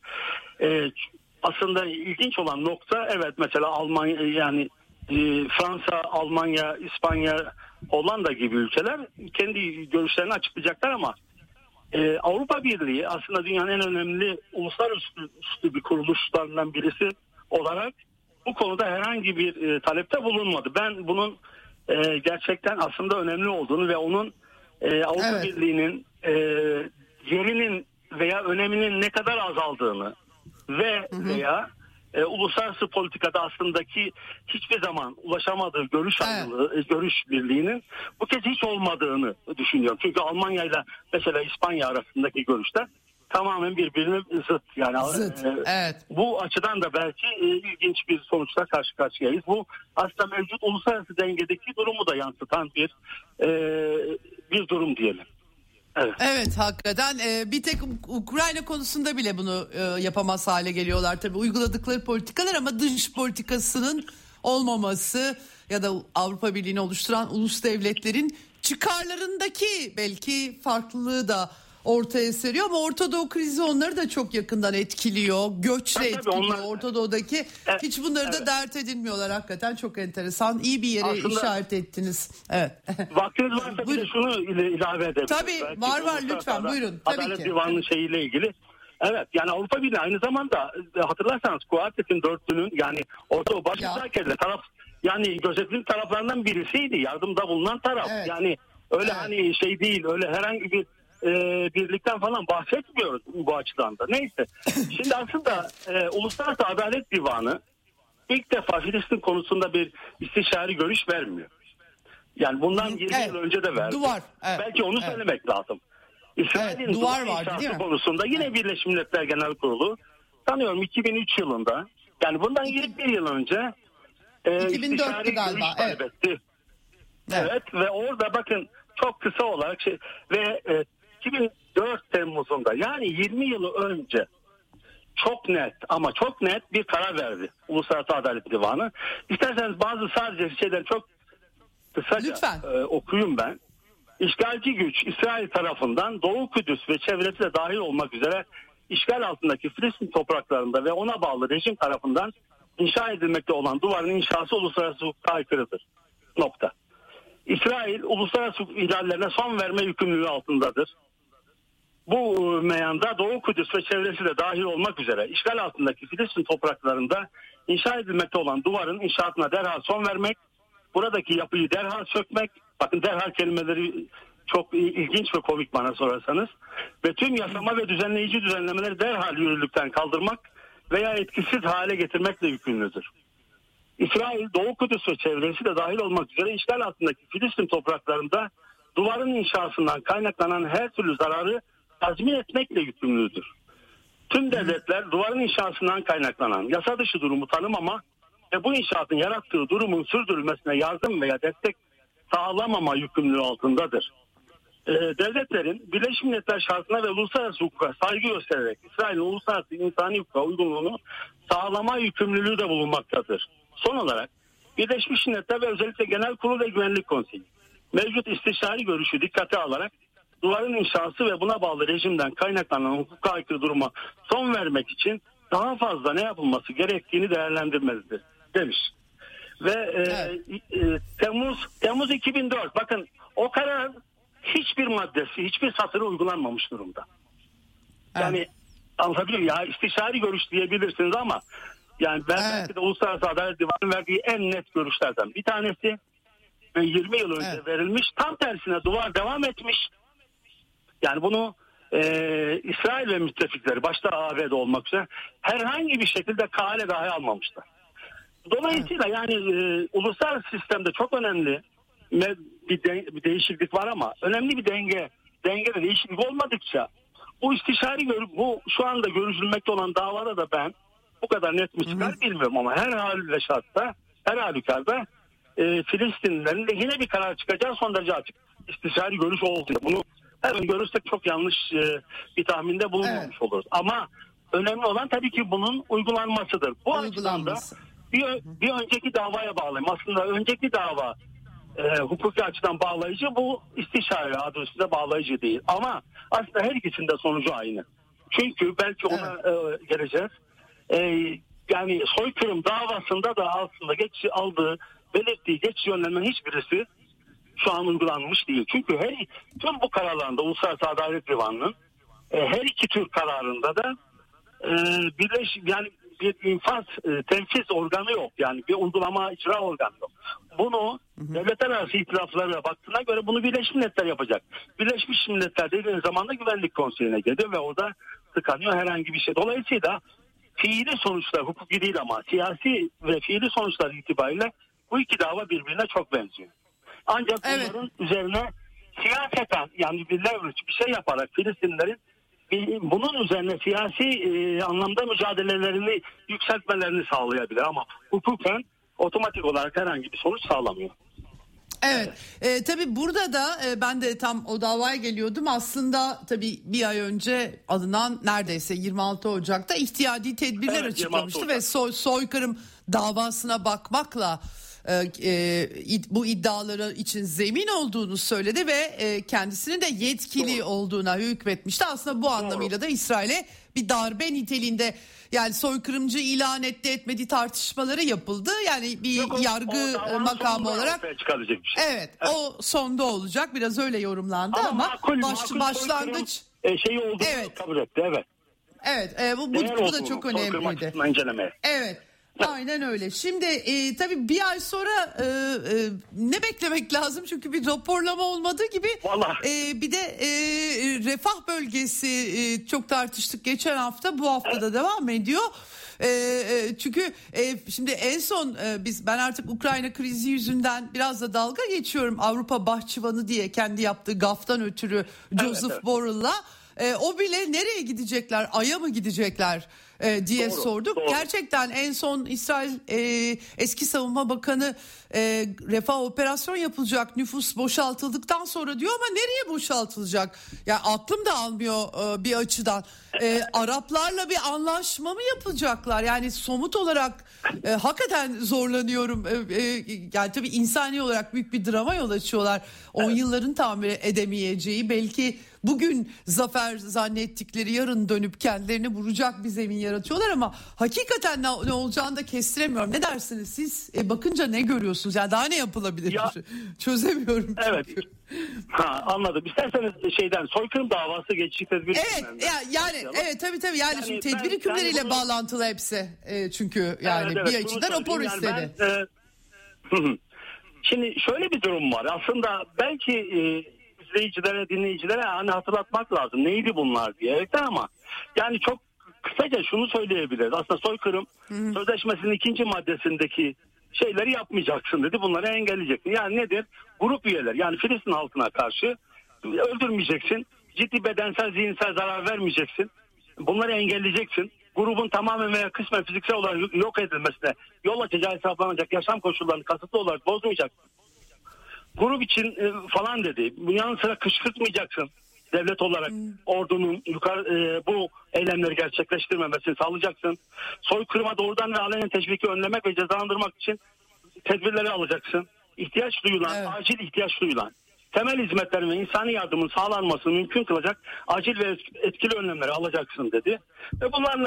Aslında ilginç olan nokta, evet, mesela Almanya, yani Fransa, Almanya, İspanya, Hollanda gibi ülkeler kendi görüşlerini açıklayacaklar ama Avrupa Birliği aslında dünyanın en önemli uluslararası bir kuruluşlarından birisi olarak bu konuda herhangi bir talepte bulunmadı. Ben bunun gerçekten aslında önemli olduğunu ve onun Avrupa Birliği'nin yerinin veya öneminin ne kadar azaldığını ve veya uluslararası politikada aslındaki hiçbir zaman ulaşamadığı görüş ayrılığı, görüş birliğinin bu kez hiç olmadığını düşünüyorum. Çünkü Almanya ile mesela İspanya arasındaki görüşler tamamen birbirine zıt. Yani bu açıdan da belki ilginç bir sonuçla karşı karşıyayız. Bu aslında mevcut uluslararası dengedeki durumu da yansıtan bir durum diyelim. Evet, hakikaten bir tek Ukrayna konusunda bile bunu yapamaz hale geliyorlar tabii, uyguladıkları politikalar, ama dış politikasının olmaması ya da Avrupa Birliği'ni oluşturan ulus devletlerin çıkarlarındaki belki farklılığı da ortaya seriyor. Ama Orta Doğu krizi onları da çok yakından etkiliyor. Göçle etkiliyor. Orta Doğu'daki hiç bunları da dert edinmiyorlar. Hakikaten çok enteresan. İyi bir yere aslında işaret ettiniz. Evet. Vaktiniz varsa bir de şunu ilave edebilirim. Tabii, belki var lütfen buyurun. Adalet Divanı'nın şeyiyle ilgili. Evet, yani Avrupa Birliği aynı zamanda hatırlarsanız Kuartet'in dörtlünün, yani Orta Doğu başındayken taraf, yani gözetim taraflarından birisiydi. Yardımda bulunan taraf. Evet. Yani öyle hani şey değil, öyle herhangi bir birlikten falan bahsetmiyoruz bu açıdan da. Neyse. Şimdi aslında Uluslararası Adalet Divanı ilk defa Filistin konusunda bir istişari görüş vermiyor. Yani bundan 20 yıl önce de verdi. Belki onu söylemek lazım. İsrail'in duvar inşası konusunda yine Birleşmiş Milletler Genel Kurulu sanıyorum 2003 yılında, yani bundan 21 yıl önce 2004'tü galiba. Kaybetti. Evet, ve orada bakın çok kısa olarak 2004 Temmuz'unda, yani 20 yıl önce çok net bir karar verdi Uluslararası Adalet Divanı. İsterseniz sadece şeyden çok kısaca okuyayım ben. İşgalci güç İsrail tarafından Doğu Kudüs ve çevresi de dahil olmak üzere işgal altındaki Filistin topraklarında ve ona bağlı rejim tarafından inşa edilmekte olan duvarın inşası uluslararası hukuka aykırıdır. Nokta. İsrail uluslararası ihlallerine son verme yükümlülüğü altındadır. Bu meyanda Doğu Kudüs ve çevresi de dahil olmak üzere işgal altındaki Filistin topraklarında inşa edilmekte olan duvarın inşaatına derhal son vermek, buradaki yapıyı derhal sökmek, bakın derhal kelimeleri çok ilginç ve komik bana sorarsanız, ve tüm yasama ve düzenleyici düzenlemeleri derhal yürürlükten kaldırmak veya etkisiz hale getirmekle yükümlüdür. İsrail Doğu Kudüs ve çevresi de dahil olmak üzere işgal altındaki Filistin topraklarında duvarın inşasından kaynaklanan her türlü zararı tazmin etmekle yükümlüdür. Tüm devletler duvarın inşasından kaynaklanan yasa dışı durumu tanımama ve bu inşaatın yarattığı durumun sürdürülmesine yardım veya destek sağlamama yükümlülüğü altındadır. Devletlerin Birleşmiş Milletler şartına ve uluslararası hukuka saygı göstererek İsrail'in uluslararası insani hukuka uygunluğunu sağlama yükümlülüğü de bulunmaktadır. Son olarak Birleşmiş Milletler ve özellikle Genel Kurulu ve Güvenlik Konseyi mevcut istişari görüşü dikkate alarak duvarın inşası ve buna bağlı rejimden kaynaklanan hukuka aykırı duruma son vermek için daha fazla ne yapılması gerektiğini değerlendirmelidir demiş. Ve Temmuz 2004, bakın o karar hiçbir maddesi, hiçbir satırı uygulanmamış durumda. Yani anlatabiliyor muyum? Ya istişari görüş diyebilirsiniz ama yani belki de Uluslararası Adalet Divanı'nın verdiği en net görüşlerden bir tanesi ve 20 yıl önce verilmiş. Tam tersine duvar devam etmiş. Yani bunu İsrail ve müttefikleri başta ABD olmak üzere herhangi bir şekilde kale dahi almamışlar. Dolayısıyla yani uluslararası sistemde çok önemli bir değişiklik var ama önemli bir dengede değişiklik olmadıkça bu istişari bu şu anda görüşülmekte olan davada da ben bu kadar net mi çıkar bilmiyorum ama her halükarda Filistinlilerin lehine bir karar çıkacağı son derece açık. İstişari görüş oldu. Bunu hemen görürsek çok yanlış bir tahminde bulunmamış oluruz. Ama önemli olan tabii ki bunun uygulanmasıdır. Bu açıdan da bir önceki davaya bağlayayım. Aslında önceki dava hukuki açıdan bağlayıcı, bu istişare adı üstünde bağlayıcı değil. Ama aslında her ikisinde sonucu aynı. Çünkü belki ona geleceğiz. Yani soykırım davasında da aslında belirttiği geçici önlemlerin hiçbirisi şu an uygulanmış değil. Çünkü tüm bu kararlarında Uluslararası Adalet Divanı'nın her iki tür kararında da bir infaz tenfiz organı yok. Yani bir uygulama icra organı yok. Bunu devletler arası itilaflara baktığına göre bunu Birleşmiş Milletler yapacak. Birleşmiş Milletler dediğiniz zaman da Güvenlik Konseyi'ne geliyor ve orada tıkanıyor herhangi bir şey. Dolayısıyla fiili sonuçlar, hukuki değil ama siyasi ve fiili sonuçlar itibariyle bu iki dava birbirine çok benziyor. Ancak bunların üzerine siyaseten yani bir leverage bir şey yaparak Filistinlilerin bunun üzerine siyasi anlamda mücadelelerini yükseltmelerini sağlayabilir ama hukuken otomatik olarak herhangi bir sonuç sağlamıyor. Evet. Tabii burada da ben de tam o davaya geliyordum. Aslında tabii bir ay önce alınan neredeyse 26 Ocak'ta ihtiyadi tedbirler açıklamıştı ve soykırım davasına bakmakla bu iddiaları için zemin olduğunu söyledi ve kendisinin de yetkili olduğuna hükmetmişti. Aslında bu anlamıyla da İsrail'e bir darbe niteliğinde, yani soykırımcı ilan etmediği tartışmaları yapıldı. Yani bir yargı makamı olarak o sonda olacak. Biraz öyle yorumlandı ama başlangıç şeyi olduğunu kabul etti. Evet, bu da çok önemliydi. Evet. Aynen öyle. Şimdi tabii bir ay sonra ne beklemek lazım? Çünkü bir raporlama olmadığı gibi bir de refah bölgesi çok tartıştık geçen hafta, bu hafta da devam ediyor. Çünkü şimdi en son ben artık Ukrayna krizi yüzünden biraz da dalga geçiyorum. Avrupa bahçıvanı diye kendi yaptığı gaftan ötürü Joseph Borrell'la. O bile nereye gidecekler? Ay'a mı gidecekler diye sorduk. Gerçekten en son İsrail eski savunma bakanı refah operasyon yapılacak, nüfus boşaltıldıktan sonra diyor ama nereye boşaltılacak? Ya aklım da almıyor bir açıdan. Araplarla bir anlaşma mı yapacaklar? Yani somut olarak hakikaten zorlanıyorum. Yani tabii insani olarak büyük bir drama yol açıyorlar. 10 yılların tamir edemeyeceği, belki bugün zafer zannettikleri yarın dönüp kendilerini vuracak bir zemin yaratıyorlar ama hakikaten ne olacağını da kestiremiyorum. Ne dersiniz siz? Bakınca ne görüyorsunuz? Yani daha ne yapılabilir? Çözemiyorum. Evet. Anladım. İsterseniz soykırım davası geçici tedbir. Evet tabii yani şimdi tedbir hükümleriyle bağlantılı hepsi. Çünkü yani bir açıdan rapor istedi. Şimdi şöyle bir durum var. Aslında belki izleyicilere, dinleyicilere hatırlatmak lazım. Neydi bunlar diye. Ama yani çok kısaca şunu söyleyebiliriz. Aslında soykırım sözleşmesinin 2. maddesindeki şeyleri yapmayacaksın dedi. Bunları engelleyeceksin. Yani nedir? Grup üyeler, yani Filistin halkına karşı öldürmeyeceksin. Ciddi bedensel, zihinsel zarar vermeyeceksin. Bunları engelleyeceksin. Grubun tamamen veya kısmen fiziksel olarak yok edilmesine yol açacağı hesaplanacak yaşam koşullarını kasıtlı olarak bozmayacaksın. grup için falan dedi. Bu yanı sıra kışkırtmayacaksın. Devlet olarak ordunun bu eylemleri gerçekleştirmemesini sağlayacaksın. Soykırıma doğrudan ve alenen teşviki önlemek ve cezalandırmak için tedbirleri alacaksın. İhtiyaç duyulan, acil ihtiyaç duyulan temel hizmetlerin ve insani yardımın sağlanmasını mümkün kılacak acil ve etkili önlemleri alacaksın dedi. Ve bunlarla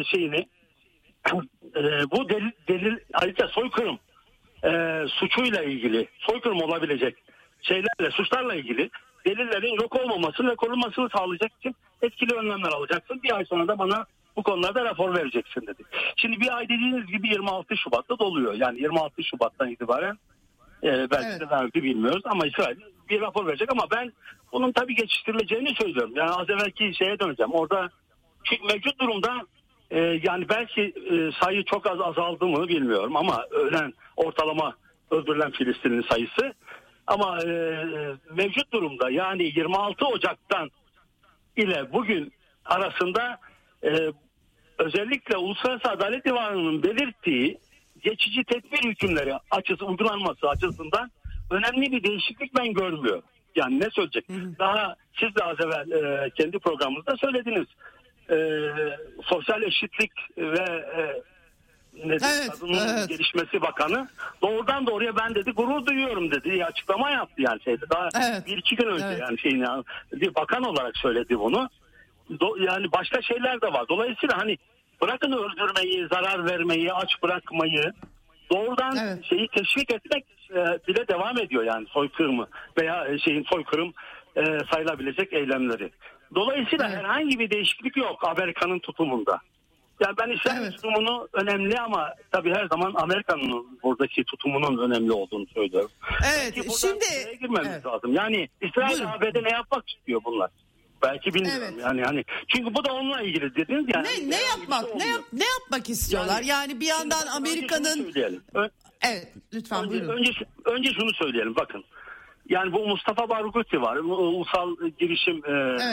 bu delil ayrıca soykırım suçuyla ilgili, soykırım olabilecek suçlarla ilgili delillerin yok olmamasını ve korunmasını sağlayacak için etkili önlemler alacaksın. Bir ay sonra da bana bu konularda rapor vereceksin dedi. Şimdi bir ay dediğiniz gibi 26 Şubat'ta doluyor. Yani 26 Şubat'tan itibaren belki de belki bilmiyoruz ama İsrail bir rapor verecek ama ben bunun tabii geçiştirileceğini söylüyorum. Yani az evvelki şeye döneceğim. Orada çünkü mevcut durumda yani belki sayı çok az azaldı mı bilmiyorum ama ortalama öldürülen Filistinli sayısı ama mevcut durumda yani 26 Ocak'tan ile bugün arasında özellikle Uluslararası Adalet Divanı'nın belirttiği geçici tedbir hükümleri uygulanması açısından önemli bir değişiklik ben görmüyorum. Yani ne söyleyecek? Daha siz de az evvel kendi programınızda söylediniz. Sosyal Eşitlik ve Kadının Gelişmesi Bakanı doğrudan doğruya ben dedi gurur duyuyorum dedi. Açıklama yaptı yani daha 1-2 gün önce yani bir bakan olarak söyledi bunu. Yani başka şeyler de var. Dolayısıyla hani bırakın öldürmeyi, zarar vermeyi, aç bırakmayı doğrudan teşvik etmek bile devam ediyor yani soykırımı veya soykırım sayılabilecek eylemleri. Dolayısıyla herhangi bir değişiklik yok Amerika'nın tutumunda. Yani ben İsrail tutumunu önemli ama tabii her zaman Amerika'nın buradaki tutumunun önemli olduğunu söylüyorum. Evet, şimdi girmemiz lazım. Yani İsrail ABD ne yapmak istiyor bunlar? Belki bilmiyorum. Yani çünkü bu da onunla ilgili dediniz yani. Ne yapmak istiyorlar? Yani bir yandan Amerika'nın lütfen buyurun. Önce şunu söyleyelim bakın. Yani bu Mustafa Barghouti var. Ulusal Girişim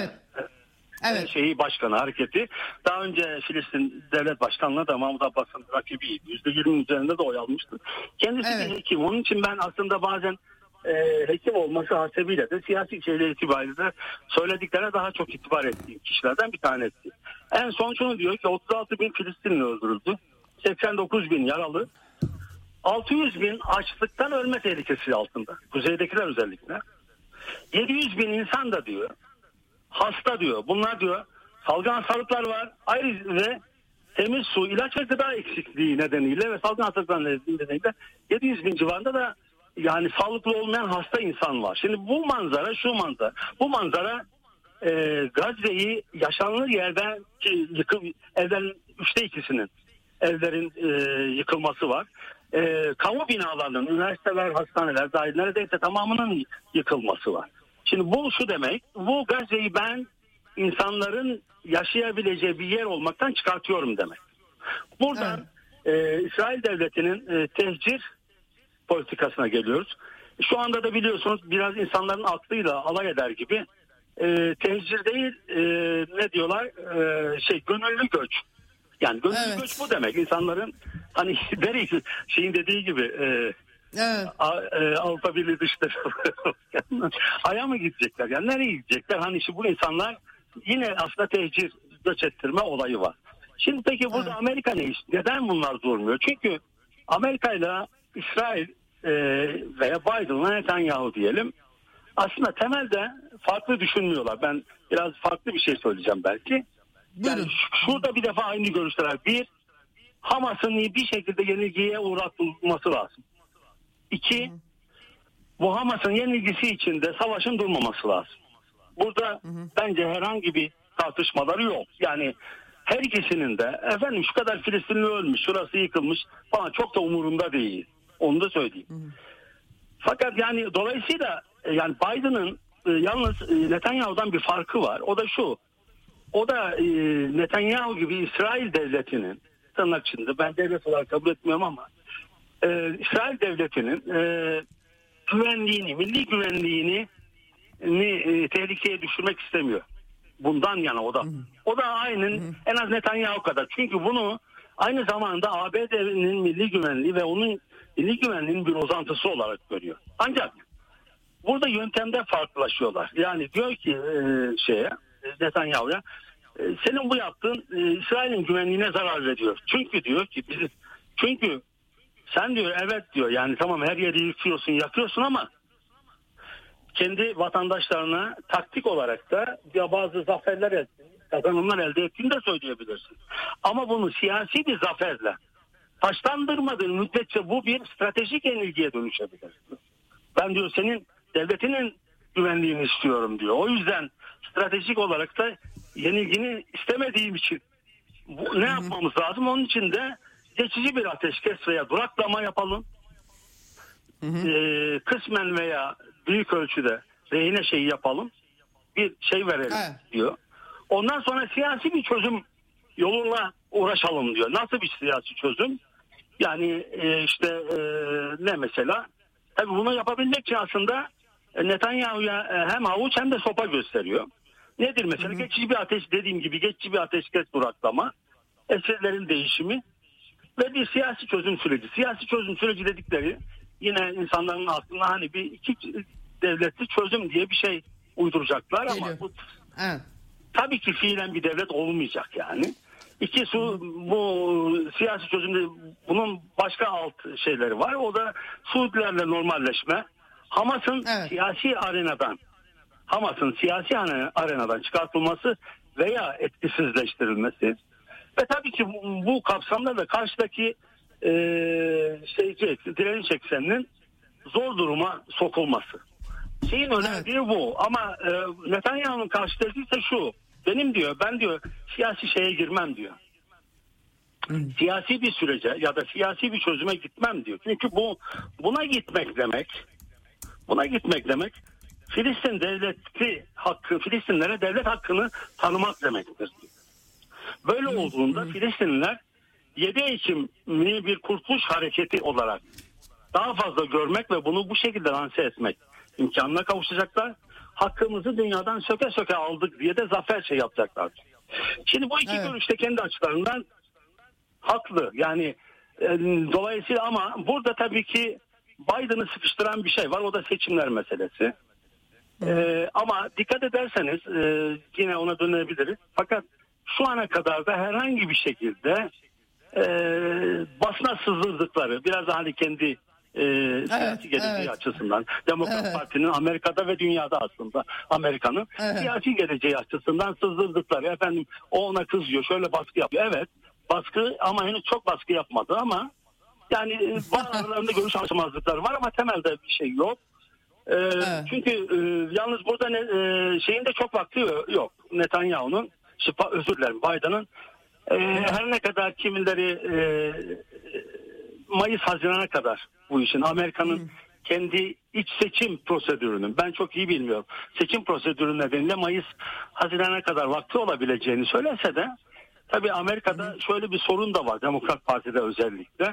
başkanı hareketi. Daha önce Filistin Devlet Başkanlığı da Mahmut Abbas'ın rakibiydi. %20'nin üzerinde de oy almıştı. Kendisi bir hekim. Onun için ben aslında bazen hekim olması hasebiyle de siyasi şeyler itibariyle de söylediklerine daha çok itibar ettiğim kişilerden bir tanesi. En son şunu diyor ki 36 bin Filistinli öldürüldü. 89 bin yaralı. 600 bin açlıktan ölme tehlikesi altında. Kuzeydekiler özellikle. 700 bin insan da diyor hasta diyor. Bunlar diyor salgın hastalıklar var. Ayrıca ve temiz su, ilaç ve gıda eksikliği nedeniyle ve salgın hastalıklar nedeniyle 700 bin civarında da yani sağlıklı olmayan hasta insan var. Şimdi bu manzara Gazze'yi yaşanılır yerden evlerin 3'te 2'sinin evlerin yıkılması var. Kamu binalarının, üniversiteler, hastaneler dahil neredeyse tamamının yıkılması var. Şimdi bu şu demek, bu Gazze'yi ben insanların yaşayabileceği bir yer olmaktan çıkartıyorum demek. Buradan İsrail Devleti'nin tehcir politikasına geliyoruz. Şu anda da biliyorsunuz biraz insanların aklıyla alay eder gibi tehcir değil ne diyorlar gönüllü göç. Yani gönüllü göç bu demek. İnsanların hani şeyin dediği gibi Avrupa Birliği dışında Ay'a mı gidecekler? Yani nereye gidecekler? Hani bu insanlar yine aslında tehcir göç ettirme olayı var. Şimdi peki burada Amerika ne iş? Neden bunlar durmuyor? Çünkü Amerika ile İsrail veya Biden'la Netanyahu diyelim aslında temelde farklı düşünmüyorlar. Ben biraz farklı bir şey söyleyeceğim belki. Yani şurada bir defa aynı görüşler. Bir, Hamas'ın bir şekilde yenilgiye uğratılması lazım. İki, bu Hamas'ın yenilgisi için de savaşın durmaması lazım. Burada bence herhangi bir tartışmaları yok. Yani her ikisinin de şu kadar Filistinli ölmüş, şurası yıkılmış falan çok da umurunda değil. Onu da söyleyeyim. Fakat yani dolayısıyla yani Biden'ın yalnız Netanyahu'dan bir farkı var. O da şu. O da Netanyahu gibi İsrail devletinin tırnak içinde ben devlet olarak kabul etmiyorum ama İsrail devletinin güvenliğini, milli güvenliğini tehlikeye düşürmek istemiyor. Bundan yana o da. O da aynen en az Netanyahu kadar. Çünkü bunu aynı zamanda ABD'nin milli güvenliği ve onun milli güvenliğinin bir uzantısı olarak görüyor. Ancak burada yöntemde farklılaşıyorlar. Yani diyor ki Netanyahu'ya, senin bu yaptığın İsrail'in güvenliğine zarar veriyor. Çünkü diyor ki çünkü sen diyor evet diyor yani tamam her yeri yıkıyorsun yakıyorsun ama kendi vatandaşlarına taktik olarak da ya bazı zaferler kazanımlar elde ettiğini de söyleyebilirsin. Ama bunu siyasi bir zaferle taşlandırmadığın müddetçe bu bir stratejik yenilgiye dönüşebilir. Ben diyor senin devletinin güvenliğini istiyorum diyor. O yüzden stratejik olarak da yenilgini istemediğim için ne yapmamız lazım? Onun için de geçici bir ateşkes veya duraklama yapalım. Kısmen veya büyük ölçüde rehine şeyi yapalım. Bir şey verelim diyor. Ondan sonra siyasi bir çözüm yoluna uğraşalım diyor. Nasıl bir siyasi çözüm? Yani ne mesela? Tabii bunu yapabilmek için aslında Netanyahu'ya hem havuç hem de sopa gösteriyor. Nedir mesela? Geçici bir ateşkes duraklama, esirlerin değişimi ve bir siyasi çözüm süreci. Siyasi çözüm süreci dedikleri yine insanların aklına hani bir iki devletli çözüm diye bir şey uyduracaklar ama bu tabii ki fiilen bir devlet olmayacak yani. Bu siyasi çözümde bunun başka alt şeyleri var. O da Suudilerle normalleşme. Hamas'ın siyasi arenadan çıkartılması veya etkisizleştirilmesi. Ve tabii ki bu kapsamda da karşıdaki direniş ekseninin zor duruma sokulması. Şeyin önerdiği bu ama Netanyahu'nun karşı tezi ise şu. Ben diyor siyasi şeye girmem diyor. Siyasi bir sürece ya da siyasi bir çözüme gitmem diyor. Çünkü buna gitmek demek Filistinlere devlet hakkını tanımak demektir. Böyle olduğunda Filistinliler 7 Ekim'i bir kurtuluş hareketi olarak daha fazla görmek ve bunu bu şekilde lanse etmek imkanına kavuşacaklar. Hakkımızı dünyadan söke söke aldık diye de zafer yapacaklar. Şimdi bu iki görüşte kendi açılarından haklı. Yani dolayısıyla ama burada tabii ki Biden'ı sıkıştıran bir şey var. O da seçimler meselesi. Ama dikkat ederseniz yine ona dönebiliriz. Fakat şu ana kadar da herhangi bir şekilde basına sızdırdıkları biraz daha hani kendi siyasi geleceği açısından Demokrat Parti'nin Amerika'da ve dünyada aslında Amerika'nın siyasi geleceği açısından sızdırdıkları o ona kızıyor şöyle baskı yapıyor. Evet baskı ama henüz çok baskı yapmadı ama yani bazı aralarında görüş anlaşmazlıkları var ama temelde bir şey yok. Çünkü yalnız burada şeyin de çok vakti yok. Netanyahu'nun Biden'ın her ne kadar kimileri Mayıs-Haziran'a kadar bu işin Amerika'nın kendi iç seçim prosedürünün ben çok iyi bilmiyorum. Seçim prosedürü nedeniyle Mayıs-Haziran'a kadar vakti olabileceğini söylese de tabii Amerika'da şöyle bir sorun da var Demokrat Parti'de özellikle.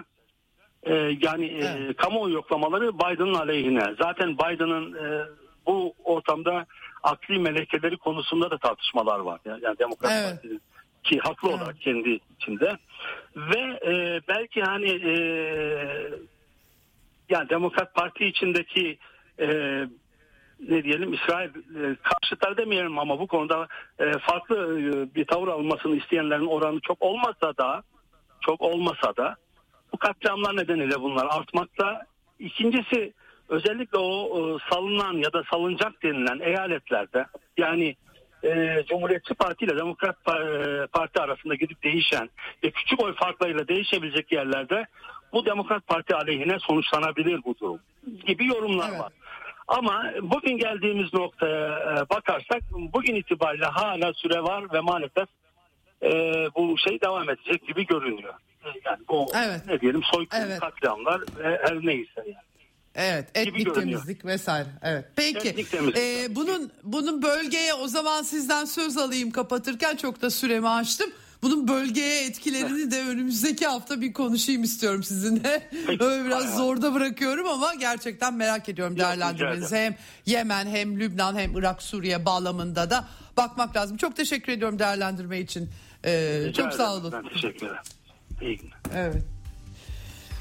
Kamuoyu yoklamaları Biden'ın aleyhine. Zaten Biden'ın bu ortamda akli melekeleri konusunda da tartışmalar var. Yani Demokrat Parti'nin ki haklı olarak kendi içinde ve belki yani Demokrat Parti içindeki İsrail karşıtlar demeyelim ama bu konuda farklı bir tavır almasını isteyenlerin oranı çok olmasa da bu katliamlar nedeniyle bunlar artmakta. İkincisi özellikle o salınan ya da salınacak denilen eyaletlerde yani Cumhuriyetçi Parti ile Demokrat Parti arasında gidip değişen ve küçük oy farklarıyla değişebilecek yerlerde bu Demokrat Parti aleyhine sonuçlanabilir bu durum gibi yorumlar var. Ama bugün geldiğimiz noktaya bakarsak bugün itibariyle hala süre var ve maalesef bu şey devam edecek gibi görünüyor. Yani o ne diyelim soykırım katliamlar ve her neyse yani. Evet, etnik temizlik vesaire. Evet. Peki. Bunun bölgeye o zaman sizden söz alayım kapatırken çok da süremi aştım. Bunun bölgeye etkilerini de önümüzdeki hafta bir konuşayım istiyorum sizinle. Böyle biraz zorda bırakıyorum ama gerçekten merak ediyorum değerlendirmenizi. Hem Yemen hem Lübnan hem Irak Suriye bağlamında da bakmak lazım. Çok teşekkür ediyorum değerlendirme için. Çok sağ olun. Ben teşekkür ederim. İyi günler. Evet.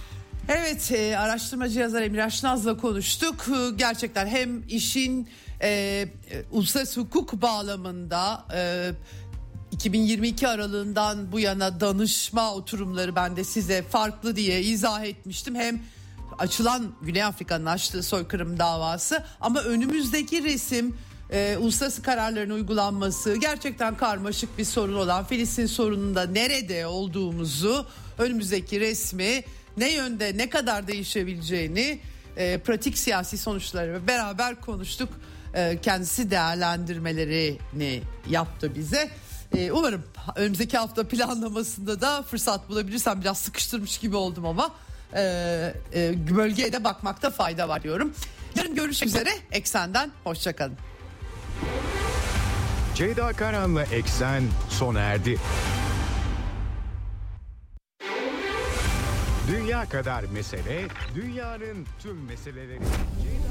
Evet, araştırmacı yazar Emir Aşnaz'la konuştuk. Gerçekten hem işin uluslararası hukuk bağlamında 2022 aralığından bu yana danışma oturumları ben de size farklı diye izah etmiştim. Hem açılan Güney Afrika'nın açtığı soykırım davası ama önümüzdeki resim uluslararası kararların uygulanması, gerçekten karmaşık bir sorun olan Filistin sorununda nerede olduğumuzu, önümüzdeki resmi ne yönde ne kadar değişebileceğini, pratik siyasi sonuçları beraber konuştuk. Kendisi değerlendirmelerini yaptı bize. Umarım önümüzdeki hafta planlamasında da fırsat bulabilirsem, biraz sıkıştırmış gibi oldum ama bölgeye de bakmakta fayda var diyorum. Yarın görüşmek üzere. Eksen'den hoşçakalın. Ceyda Karan'la Eksen sona erdi. Dünya kadar mesele, dünyanın tüm meseleleri.